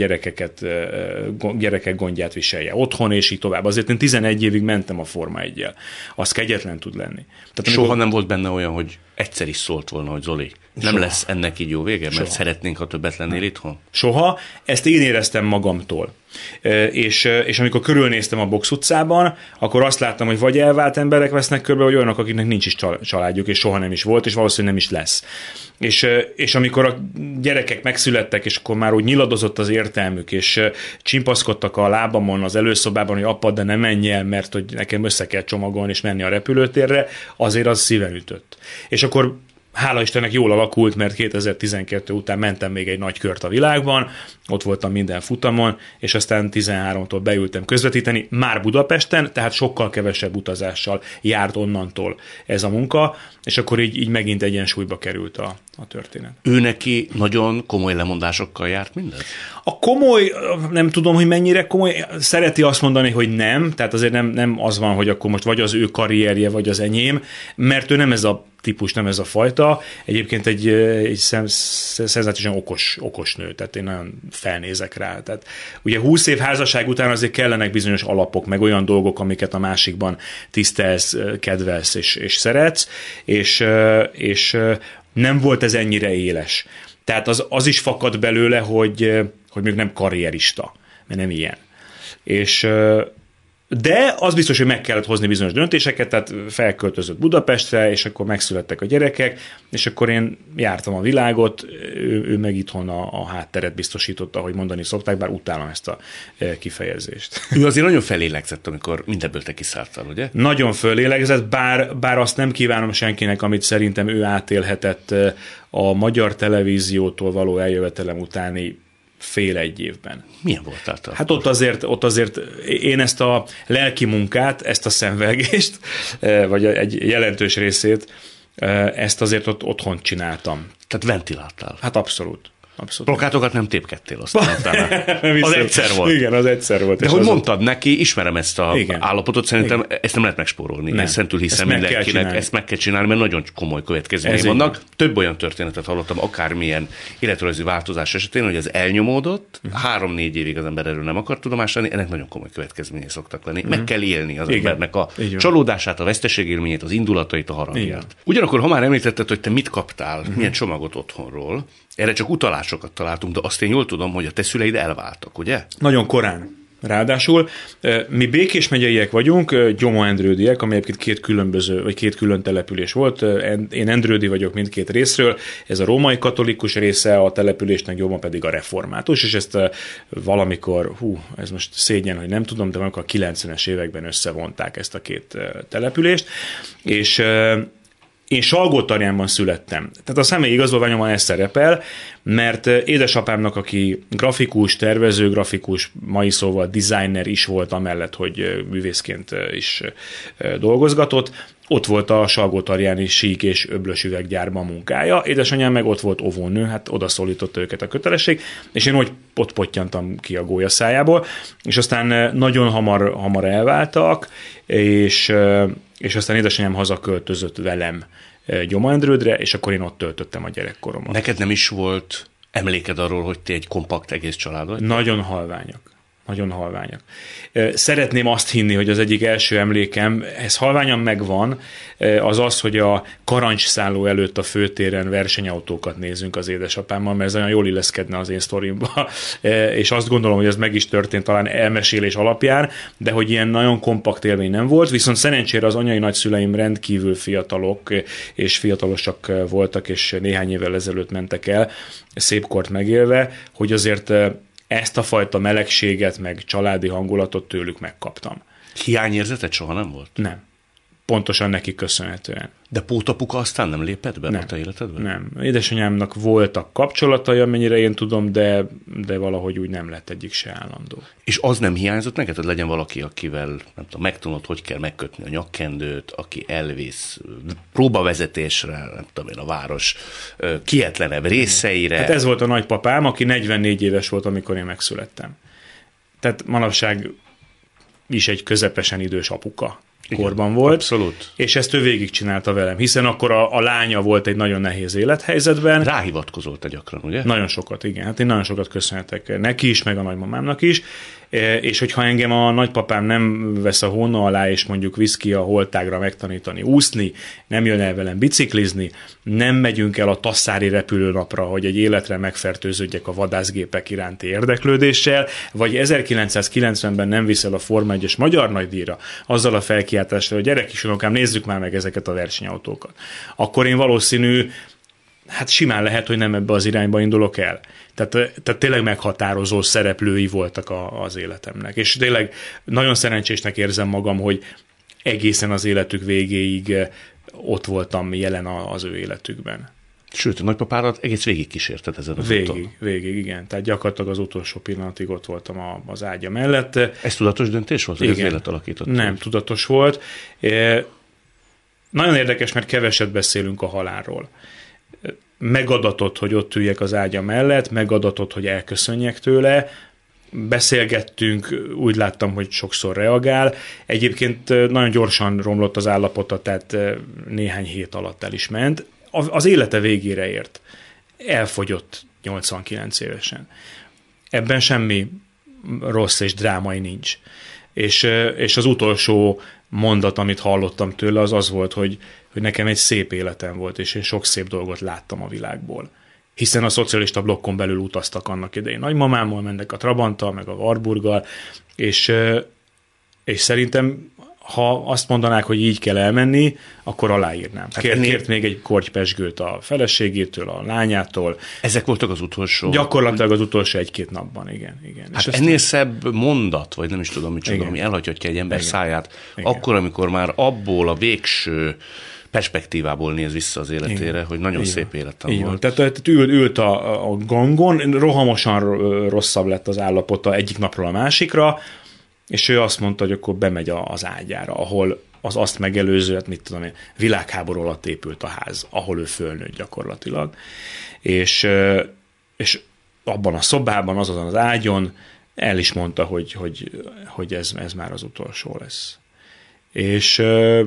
gyerekek gondját viselje otthon, és így tovább. Azért én 11 évig mentem a Forma 1-jel. Az kegyetlen tud lenni. Tehát soha nem volt benne olyan, hogy egyszer is szólt volna, hogy Zoli, Nem lesz ennek így jó vége, mert szeretnénk, ha többet lennél itthon? Soha. Ezt én éreztem magamtól. És amikor körülnéztem a Box utcában, akkor azt láttam, hogy vagy elvált emberek vesznek körbe, vagy olyanok, akiknek nincs is családjuk, és soha nem is volt, és valószínűleg nem is lesz. És amikor a gyerekek megszülettek, és akkor már úgy nyiladozott az értelmük, és csimpaszkodtak a lábamon az előszobában, hogy apa, de ne menj el, mert hogy nekem össze kell csomagolni és menni a repülőtérre, azért az szíven ütött. És akkor hála Istennek jól alakult, mert 2012 után mentem még egy nagy kört a világban, ott voltam minden futamon, és aztán 13-tól beültem közvetíteni, már Budapesten, tehát sokkal kevesebb utazással járt onnantól ez a munka, és akkor így megint egyensúlyba került a történet. Ő neki nagyon komoly lemondásokkal járt mindez? A komoly, nem tudom, hogy mennyire komoly, szereti azt mondani, hogy nem, tehát azért nem az van, hogy akkor most vagy az ő karrierje, vagy az enyém, mert ő nem ez a típus, nem ez a fajta. Egyébként egy szenzációsan okos nő, tehát én nagyon felnézek rá. Tehát ugye 20 év házasság után azért kellenek bizonyos alapok, meg olyan dolgok, amiket a másikban tisztelsz, kedvelsz és szeretsz, és nem volt ez ennyire éles. Tehát az is fakad belőle, hogy még nem karrierista, mert nem ilyen. De az biztos, hogy meg kellett hozni bizonyos döntéseket, tehát felköltözött Budapestre, és akkor megszülettek a gyerekek, és akkor én jártam a világot, ő meg itthon a hátteret biztosította, ahogy mondani szokták, bár utálom ezt a kifejezést. Ő azért nagyon felélegzett, amikor mindebből te kiszálltál, ugye? Nagyon felélegzett, bár azt nem kívánom senkinek, amit szerintem ő átélhetett a magyar televíziótól való eljövetelem utáni fél-egy évben. Milyen voltál te? Hát ott azért én ezt a lelki munkát, ezt a szenvelgést, vagy egy jelentős részét, ezt azért ott otthon csináltam. Tehát ventiláltál? Hát abszolút. Plakátokat nem tépkedtél aztán. Az egyszer volt. Igen, az egyszer volt. De hogy mondtad neki, ismerem ezt a állapotot, szerintem ezt nem lehet megspórolni. Nem. Én szentül hiszem mindenkinek, ezt meg kell csinálni, mert nagyon komoly következményei vannak. Több olyan történetet hallottam, akármilyen életrajzi változás esetén, hogy ez elnyomódott, 3-4 évig az ember erről nem akar tudomást lenni, ennek nagyon komoly következményei szoktak lenni. Meg kell élni az embernek a csalódását, a veszteségélményét, az indulatait, a haragját. Ugyanakkor, ha már említetted, hogy te mit kaptál, milyen csomagot otthonról, erre csak utalásokat találtunk, de azt én jól tudom, hogy a te szüleid elváltak, ugye? Nagyon korán. Ráadásul mi Békés megyeiek vagyunk, Gyoma-Endrődiek, ami egyébként két külön település volt. Én endrődi vagyok mindkét részről, ez a római katolikus része a településnek, Gyoma pedig a református, és ezt valamikor, ez most szégyen, hogy nem tudom, de valamikor a 90-es években összevonták ezt a két települést, és én Salgótarjánban születtem. Tehát a személyi igazolványomban ez szerepel, mert édesapámnak, aki grafikus, tervező, grafikus, mai szóval designer is volt, amellett, hogy művészként is dolgozgatott, ott volt a Salgótarjáni sík és öblös üveggyárban munkája, édesanyám meg ott volt óvónő, hát oda szólította őket a kötelesség, és én ott pottyantam ki a gólya szájából, és aztán nagyon hamar elváltak, és aztán édesanyám hazaköltözött velem Gyoma-Endrődre, és akkor én ott töltöttem a gyerekkoromat. Neked nem is volt emléked arról, hogy te egy kompakt egész család vagy? Nagyon halványak. Szeretném azt hinni, hogy az egyik első emlékem, ez halványan megvan, az, hogy a Karancsszáló előtt a főtéren versenyautókat nézünk az édesapámmal, mert ez olyan jól illeszkedne az én sztorimba, és azt gondolom, hogy ez meg is történt talán elmesélés alapján, de hogy ilyen nagyon kompakt élmény nem volt, viszont szerencsére az anyai nagyszüleim rendkívül fiatalok, és fiatalosak voltak, és néhány évvel ezelőtt mentek el, szép kort megélve, hogy azért ezt a fajta melegséget, meg családi hangulatot tőlük megkaptam. Hiányérzeted soha nem volt? Nem. Pontosan neki köszönhetően. De pótapuka aztán nem lépett be a te életedben? Nem. Édesanyámnak voltak kapcsolatai, amennyire én tudom, de valahogy úgy nem lett egyik se állandó. És az nem hiányzott neked, hogy legyen valaki, akivel nem tudom, megtanulod, hogy kell megkötni a nyakkendőt, aki elvisz próbavezetésre, nem tudom én, a város kietlenebb részeire. Hát ez volt a nagypapám, aki 44 éves volt, amikor én megszülettem. Tehát manapság is egy közepesen idős apuka. Korban volt, abszolút. És ezt ő végigcsinálta velem, hiszen akkor a lánya volt egy nagyon nehéz élethelyzetben. Ráhivatkozott gyakran, ugye? Nagyon sokat, igen. Hát én nagyon sokat köszönhetek neki is, meg a nagymamámnak is. és hogyha engem a nagypapám nem vesz a hóna alá, és mondjuk visz ki a holtágra megtanítani úszni, nem jön el velem biciklizni, nem megyünk el a tasszári repülőnapra, hogy egy életre megfertőződjek a vadászgépek iránti érdeklődéssel, vagy 1990-ben nem viszel a Forma 1-es magyar nagydíjra, azzal a felkiáltással, hogy gyerek kisunokám, nézzük már meg ezeket a versenyautókat. Akkor én valószínű, hát simán lehet, hogy nem ebbe az irányba indulok el. Tehát tényleg meghatározó szereplői voltak az életemnek. És tényleg nagyon szerencsésnek érzem magam, hogy egészen az életük végéig ott voltam jelen az ő életükben. Sőt, a nagypapádat egész végig kísérted ezen az úton. Végig, igen. Tehát gyakorlatilag az utolsó pillanatig ott voltam az ágya mellett. Ez tudatos döntés volt, hogy az élet alakított? Nem, tudatos volt. Nagyon érdekes, mert keveset beszélünk a halálról. Megadatott, hogy ott üljek az ágya mellett, megadatott, hogy elköszönjek tőle, beszélgettünk, úgy láttam, hogy sokszor reagál. Egyébként nagyon gyorsan romlott az állapota, tehát néhány hét alatt el is ment. Az élete végére ért. Elfogyott 89 évesen. Ebben semmi rossz és drámai nincs. És az utolsó mondat, amit hallottam tőle, az volt, hogy nekem egy szép életem volt, és én sok szép dolgot láttam a világból. Hiszen a szocialista blokkon belül utaztak annak idején. Nagymamámmal mennek a Trabanttal, meg a Warburggal, és szerintem, ha azt mondanák, hogy így kell elmenni, akkor aláírnám. Kért még egy korty pezsgőt a feleségétől, a lányától. Ezek voltak az utolsó? Gyakorlatilag az utolsó 1-2 napban, igen. Hát ennél szebb mondat, vagy nem is tudom micsoda, ami elhagyhatja egy ember száját, akkor, amikor már abból a végső perspektívából néz vissza az életére, hogy nagyon szép életem volt. Tehát ült a gangon, rohamosan rosszabb lett az állapota egyik napról a másikra, és ő azt mondta, hogy akkor bemegy az ágyára, ahol az azt megelőző, hát mit tudom én, világháború alatt épült a ház, ahol ő fölnőtt gyakorlatilag. És abban a szobában, azon az ágyon el is mondta, hogy ez már az utolsó lesz. És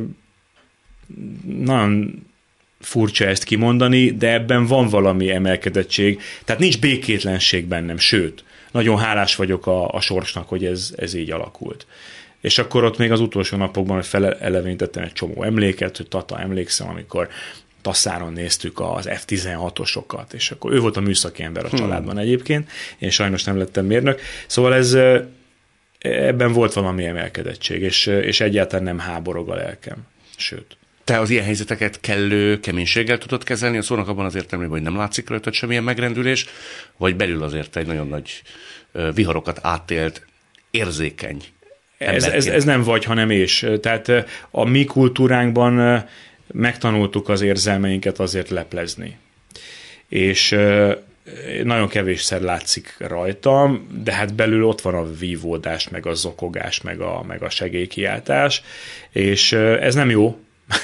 nagyon furcsa ezt kimondani, de ebben van valami emelkedettség, tehát nincs békétlenség bennem, sőt, nagyon hálás vagyok a sorsnak, hogy ez így alakult. És akkor ott még az utolsó napokban, hogy felelevenítettem egy csomó emléket, hogy Tata, emlékszem, amikor Tasszáron néztük az F-16-osokat, és akkor ő volt a műszaki ember a családban egyébként, én sajnos nem lettem mérnök, szóval ebben volt valami emelkedettség, és egyáltalán nem háborog a lelkem, sőt. Te az ilyen helyzeteket kellő keménységgel tudod kezelni, a szónak abban az értelemben, hogy nem látszik rajtad semmilyen megrendülés, vagy belül azért egy nagyon nagy viharokat átélt, érzékeny emberként? Ez nem vagy, hanem és. Tehát a mi kultúránkban megtanultuk az érzelmeinket azért leplezni. És nagyon kevésszer látszik rajtam, de hát belül ott van a vívódás, meg a zokogás, meg a segélykiáltás, és ez nem jó,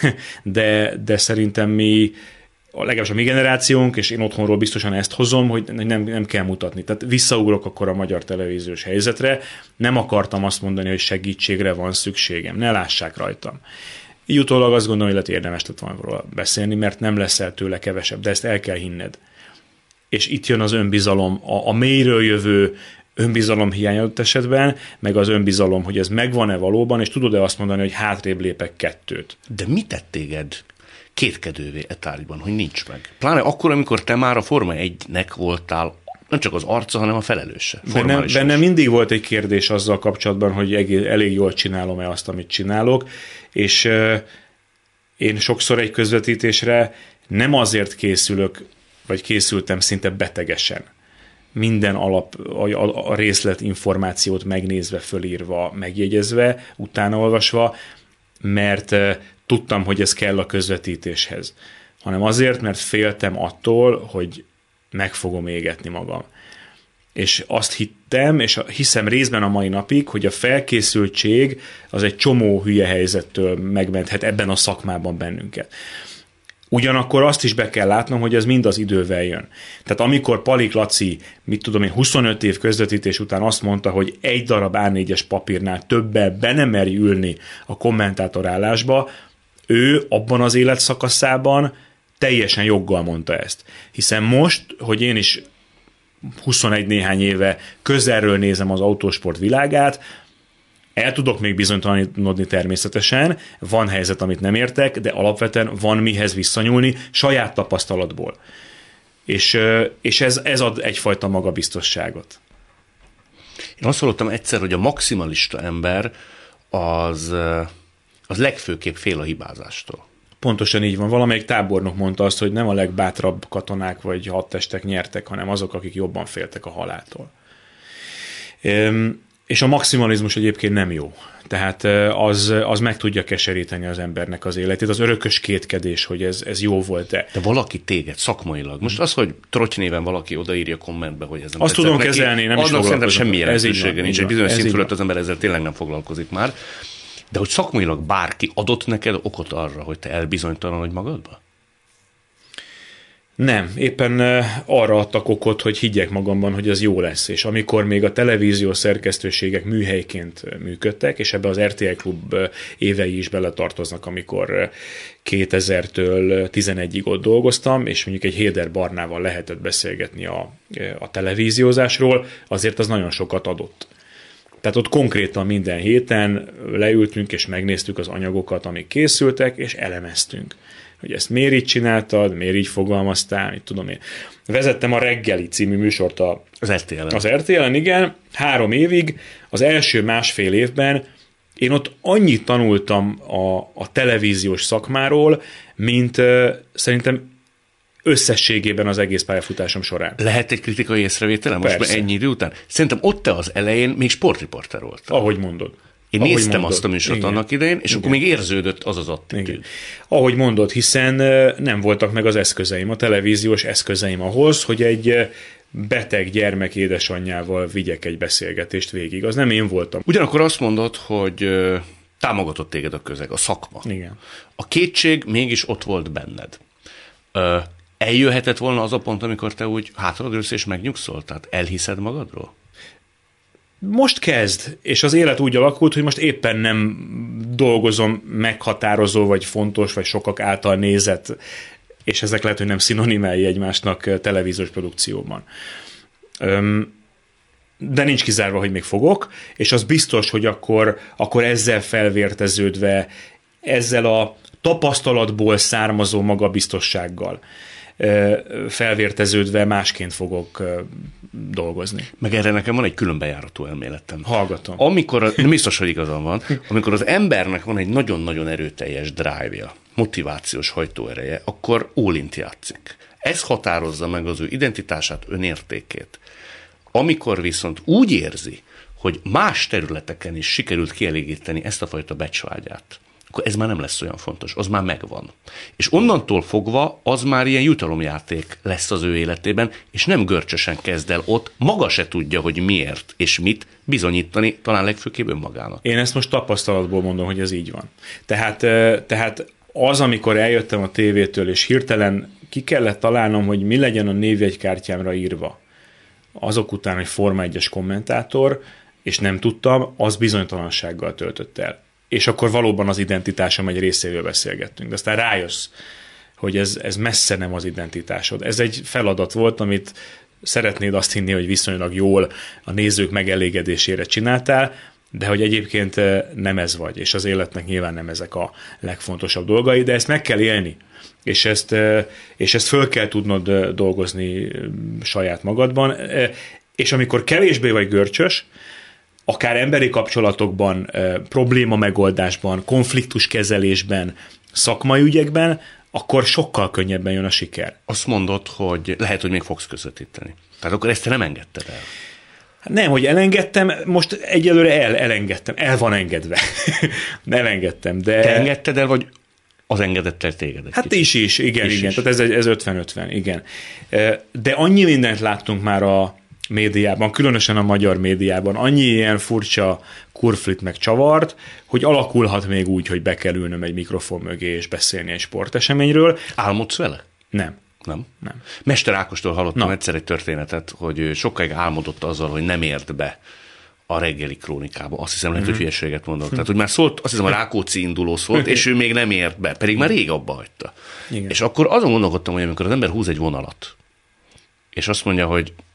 de szerintem mi, legalábbis a mi generációnk, és én otthonról biztosan ezt hozom, hogy nem kell mutatni. Tehát visszaugrok akkor a magyar televíziós helyzetre, nem akartam azt mondani, hogy segítségre van szükségem, ne lássák rajtam. Így utólag azt gondolom, hogy érdemes lett volna róla beszélni, mert nem leszel tőle kevesebb, de ezt el kell hinned. És itt jön az önbizalom, a mélyről jövő önbizalom hiány adott esetben, meg az önbizalom, hogy ez megvan-e valóban, és tudod-e azt mondani, hogy hátrébb lépek 2. De mi tett téged kétkedővé e tárgyban, hogy nincs meg? Pláne akkor, amikor te már a Forma 1-nek voltál nem csak az arca, hanem a felelőse. Bennem mindig volt egy kérdés azzal kapcsolatban, hogy elég jól csinálom-e azt, amit csinálok, és én sokszor egy közvetítésre nem azért készülök, vagy készültem szinte betegesen. Minden a részlet információt megnézve, fölírva, megjegyezve, utána olvasva, mert tudtam, hogy ez kell a közvetítéshez. Hanem azért, mert féltem attól, hogy meg fogom égetni magam. És azt hittem, és hiszem részben a mai napig, hogy a felkészültség az egy csomó hülye helyzettől megmenthet ebben a szakmában bennünket. Ugyanakkor azt is be kell látnom, hogy ez mind az idővel jön. Tehát amikor Palik Laci, 25 év közvetítés után azt mondta, hogy egy darab A4-es papírnál többel be nem meri ülni a kommentátor állásba, ő abban az életszakaszában teljesen joggal mondta ezt. Hiszen most, hogy én is 21 néhány éve közelről nézem az autósport világát, el tudok még bizonytalanodni természetesen, van helyzet, amit nem értek, de alapvetően van mihez visszanyúlni saját tapasztalatból. És ez ad egyfajta magabiztosságot. Én azt hallottam egyszer, hogy a maximalista ember az legfőképp fél a hibázástól. Pontosan így van. Valamelyik tábornok mondta azt, hogy nem a legbátrabb katonák vagy hadtestek nyertek, hanem azok, akik jobban féltek a haláltól. És a maximalizmus egyébként nem jó. Tehát az meg tudja keseríteni az embernek az életét. Az örökös kétkedés, hogy ez jó volt-e. De valaki téged szakmailag. Most az, hogy Trotty néven valaki odaírja kommentbe, hogy ez nem azt tudom kezelni, nem is foglalkozom. Szerintem semmi jelentősége nincs. Egy bizonyos szint fölött az ember ezzel tényleg nem foglalkozik már. De hogy szakmailag bárki adott neked okot arra, hogy te elbizonytalanodj magadba? Nem, éppen arra adtak okot, hogy higgyek magamban, hogy ez jó lesz. És amikor még a televíziós szerkesztőségek műhelyként működtek, és ebbe az RTL Klub évei is beletartoznak, amikor 2000-től 11-ig ott dolgoztam, és mondjuk egy Héder Barnával lehetett beszélgetni a televíziózásról, azért az nagyon sokat adott. Tehát ott konkrétan minden héten leültünk, és megnéztük az anyagokat, amik készültek, és elemeztünk. Hogy ezt miért így csináltad, miért így fogalmaztál, mit tudom én. Vezettem a Reggeli című műsort az RTL-en. Az RTL-en, igen, 3 évig. Az első másfél évben én ott annyit tanultam a televíziós szakmáról, mint szerintem összességében az egész pályafutásom során. Lehet egy kritikai észrevételem most már ennyi idő után? Szerintem ott te az elején még sportriporter voltál. Ahogy mondod. Én néztem azt a műsort annak idején, és akkor még érződött az attitűd. Ahogy mondod, hiszen nem voltak meg az eszközeim, a televíziós eszközeim ahhoz, hogy egy beteg gyermek édesanyjával vigyek egy beszélgetést végig. Az nem én voltam. Ugyanakkor azt mondod, hogy támogatott téged a közeg, a szakma. Igen. A kétség mégis ott volt benned. Eljöhetett volna az a pont, amikor te úgy hátradőlsz és megnyugszol? Tehát elhiszed magadról? Most kezd, és az élet úgy alakult, hogy most éppen nem dolgozom meghatározó, vagy fontos, vagy sokak által nézett, és ezek lehet, hogy nem szinonimái egymásnak televíziós produkcióban. De nincs kizárva, hogy még fogok, és az biztos, hogy akkor ezzel felvérteződve, ezzel a tapasztalatból származó magabiztossággal felvérteződve másként fogok dolgozni. Meg erre nekem van egy különbejárató elméletem. Hallgatom. Nem biztos, hogy igazam van, amikor az embernek van egy nagyon-nagyon erőteljes drive-ja, motivációs hajtóereje, akkor all-int játszik. Ez határozza meg az ő identitását, önértékét. Amikor viszont úgy érzi, hogy más területeken is sikerült kielégíteni ezt a fajta becsvágyát, akkor ez már nem lesz olyan fontos, az már megvan. És onnantól fogva az már ilyen jutalomjáték lesz az ő életében, és nem görcsösen kezd el ott, maga se tudja, hogy miért és mit talán legfőképp önmagának. Én ezt most tapasztalatból mondom, hogy ez így van. Tehát az, amikor eljöttem a tévétől, és hirtelen ki kellett találnom, hogy mi legyen a névjegykártyámra írva, azok után, hogy Forma 1-es kommentátor, és nem tudtam, az bizonytalansággal töltött el. És akkor valóban az identitásom egy részéről beszélgettünk. De aztán rájössz, hogy ez messze nem az identitásod. Ez egy feladat volt, amit szeretnéd azt hinni, hogy viszonylag jól a nézők megelégedésére csináltál, de hogy egyébként nem ez vagy, és az életnek nyilván nem ezek a legfontosabb dolgai, de ezt meg kell élni, és ezt föl kell tudnod dolgozni saját magadban, és amikor kevésbé vagy görcsös, akár emberi kapcsolatokban, probléma megoldásban, konfliktuskezelésben, szakmai ügyekben, akkor sokkal könnyebben jön a siker. Azt mondod, hogy lehet, hogy még fogsz közvetíteni. Tehát akkor ezt te nem engedted el. Nem, hogy elengedtem, most egyelőre elengedtem. El van engedve. Elengedtem, de... Te engedted el, vagy az engedett el téged? Hát is, igen. Tehát ez 50-50, igen. De annyi mindent láttunk már a médiában, különösen a magyar médiában, annyi ilyen furcsa kurflit meg csavart, hogy alakulhat még úgy, hogy be kell ülnöm egy mikrofon mögé és beszélni egy sporteseményről. Álmodsz vele? Nem. Mester Ákostól hallottam egyszer egy történetet, hogy sokáig álmodott azzal, hogy nem ért be a reggeli krónikába. Azt hiszem, lehet, hogy hülyeséget mondok. Tehát, hogy már szólt, azt hiszem, a Rákóczi induló szólt, és ő még nem ért be, pedig már rég abba hagyta. Igen. És akkor azon gondolkodtam, hogy amikor az ember húz egy vonalat, és azt mondja, hogy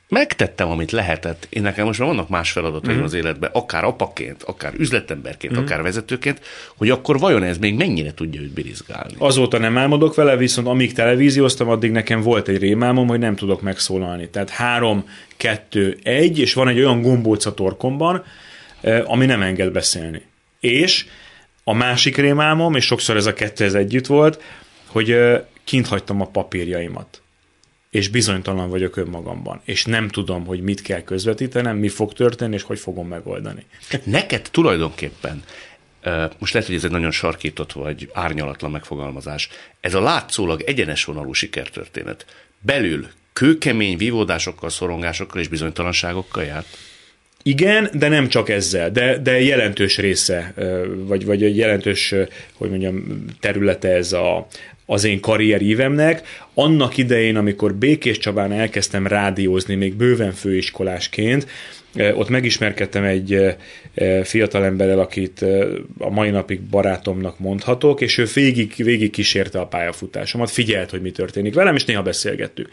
megtettem, amit lehetett. Én nekem most már vannak más feladataim az életben, akár apaként, akár üzletemberként, akár vezetőként, hogy akkor vajon ez még mennyire tudja őt birizgálni. Azóta nem álmodok vele, viszont amíg televízióztam, addig nekem volt egy rémálmom, hogy nem tudok megszólalni. Tehát 3, 2, 1, és van egy olyan gombóc a torkomban, ami nem enged beszélni. És a másik rémálmom, és sokszor ez a kettő együtt volt, hogy kint hagytam a papírjaimat. És bizonytalan vagyok önmagamban. És nem tudom, hogy mit kell közvetítenem, mi fog történni, és hogy fogom megoldani. Neked tulajdonképpen, most lehet, hogy ez egy nagyon sarkított vagy árnyalatlan megfogalmazás, ez a látszólag egyenes vonalú sikertörténet belül kőkemény vívódásokkal, szorongásokkal és bizonytalanságokkal járt? Igen, de nem csak ezzel, de jelentős része, vagy egy jelentős, hogy mondjam, területe ez az én karrierívemnek. Annak idején, amikor Békés Csabán elkezdtem rádiózni, még bőven főiskolásként, ott megismerkedtem egy fiatalemberrel, akit a mai napig barátomnak mondhatok, és ő végig kísérte a pályafutásomat, figyelt, hogy mi történik velem, és néha beszélgettük.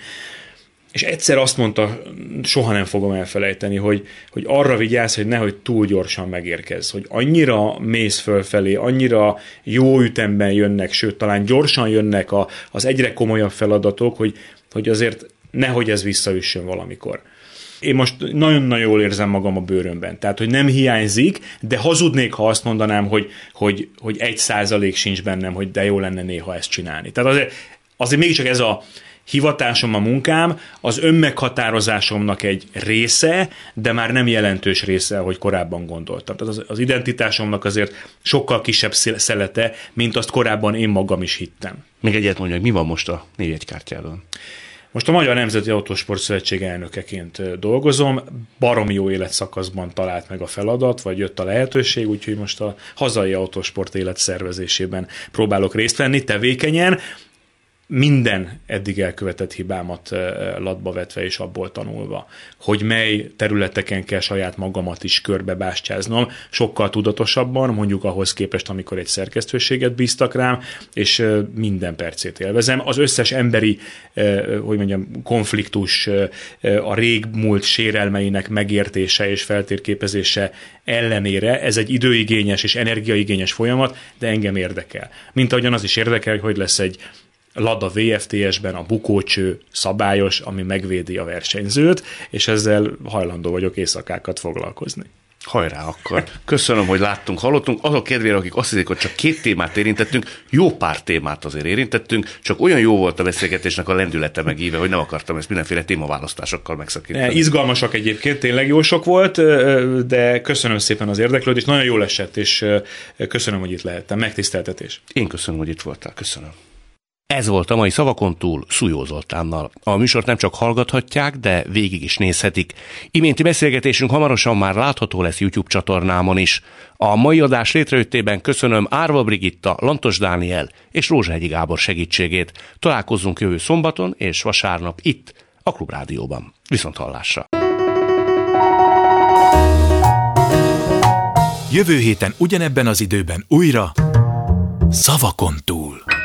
És egyszer azt mondta, soha nem fogom elfelejteni, hogy arra vigyázz, hogy nehogy túl gyorsan megérkezz, hogy annyira mész fölfelé, annyira jó ütemben jönnek, sőt, talán gyorsan jönnek az egyre komolyabb feladatok, hogy azért nehogy ez visszaüssön valamikor. Én most nagyon-nagyon jól érzem magam a bőrömben. Tehát, hogy nem hiányzik, de hazudnék, ha azt mondanám, hogy 1% sincs bennem, hogy de jó lenne néha ezt csinálni. Tehát azért mégiscsak ez a hivatásom, a munkám az önmeghatározásomnak egy része, de már nem jelentős része, ahogy korábban gondoltam. Tehát az identitásomnak azért sokkal kisebb szelete, mint azt korábban én magam is hittem. Még egyet mondja, hogy mi van most a névjegykártyádon? Most a Magyar Nemzeti Autósport Szövetség elnökeként dolgozom, baromi jó életszakaszban talált meg a feladat, vagy jött a lehetőség, úgyhogy most a hazai autósport élet szervezésében próbálok részt venni tevékenyen, minden eddig elkövetett hibámat latba vetve és abból tanulva, hogy mely területeken kell saját magamat is körbebástyáznom, sokkal tudatosabban, mondjuk ahhoz képest, amikor egy szerkesztőséget bíztak rám, és minden percét élvezem. Az összes emberi, hogy mondjam, konfliktus, a régmúlt sérelmeinek megértése és feltérképezése ellenére ez egy időigényes és energiaigényes folyamat, de engem érdekel. Mint ahogyan az is érdekel, hogy lesz egy Lada VFTS-ben a bukócső szabályos, ami megvédi a versenyzőt, és ezzel hajlandó vagyok éjszakákat foglalkozni. Hajrá akkor. Köszönöm, hogy láttunk, hallottunk. Azok kedvére, akik azt hiszik, hogy csak 2 témát érintettünk, jó pár témát azért érintettünk, csak olyan jó volt a beszélgetésnek a lendülete megíve, hogy nem akartam ezt mindenféle témaválasztásokkal megszakítani. Izgalmasak egyébként, tényleg jó sok volt, de köszönöm szépen az érdeklődést, nagyon jól esett, és köszönöm, hogy itt lehettem. Megtiszteltetés. Én köszönöm, hogy itt voltál. Köszönöm. Ez volt a mai Szavakon túl Szújó Zoltánnal. A műsort nem csak hallgathatják, de végig is nézhetik. Iménti beszélgetésünk hamarosan már látható lesz YouTube csatornámon is. A mai adás létrejöttében köszönöm Árva Brigitta, Lantos Dániel és Rózsahegyi Gábor segítségét. Találkozzunk jövő szombaton és vasárnap itt, a Klubrádióban. Viszonthallásra! Jövő héten ugyanebben az időben újra Szavakon túl.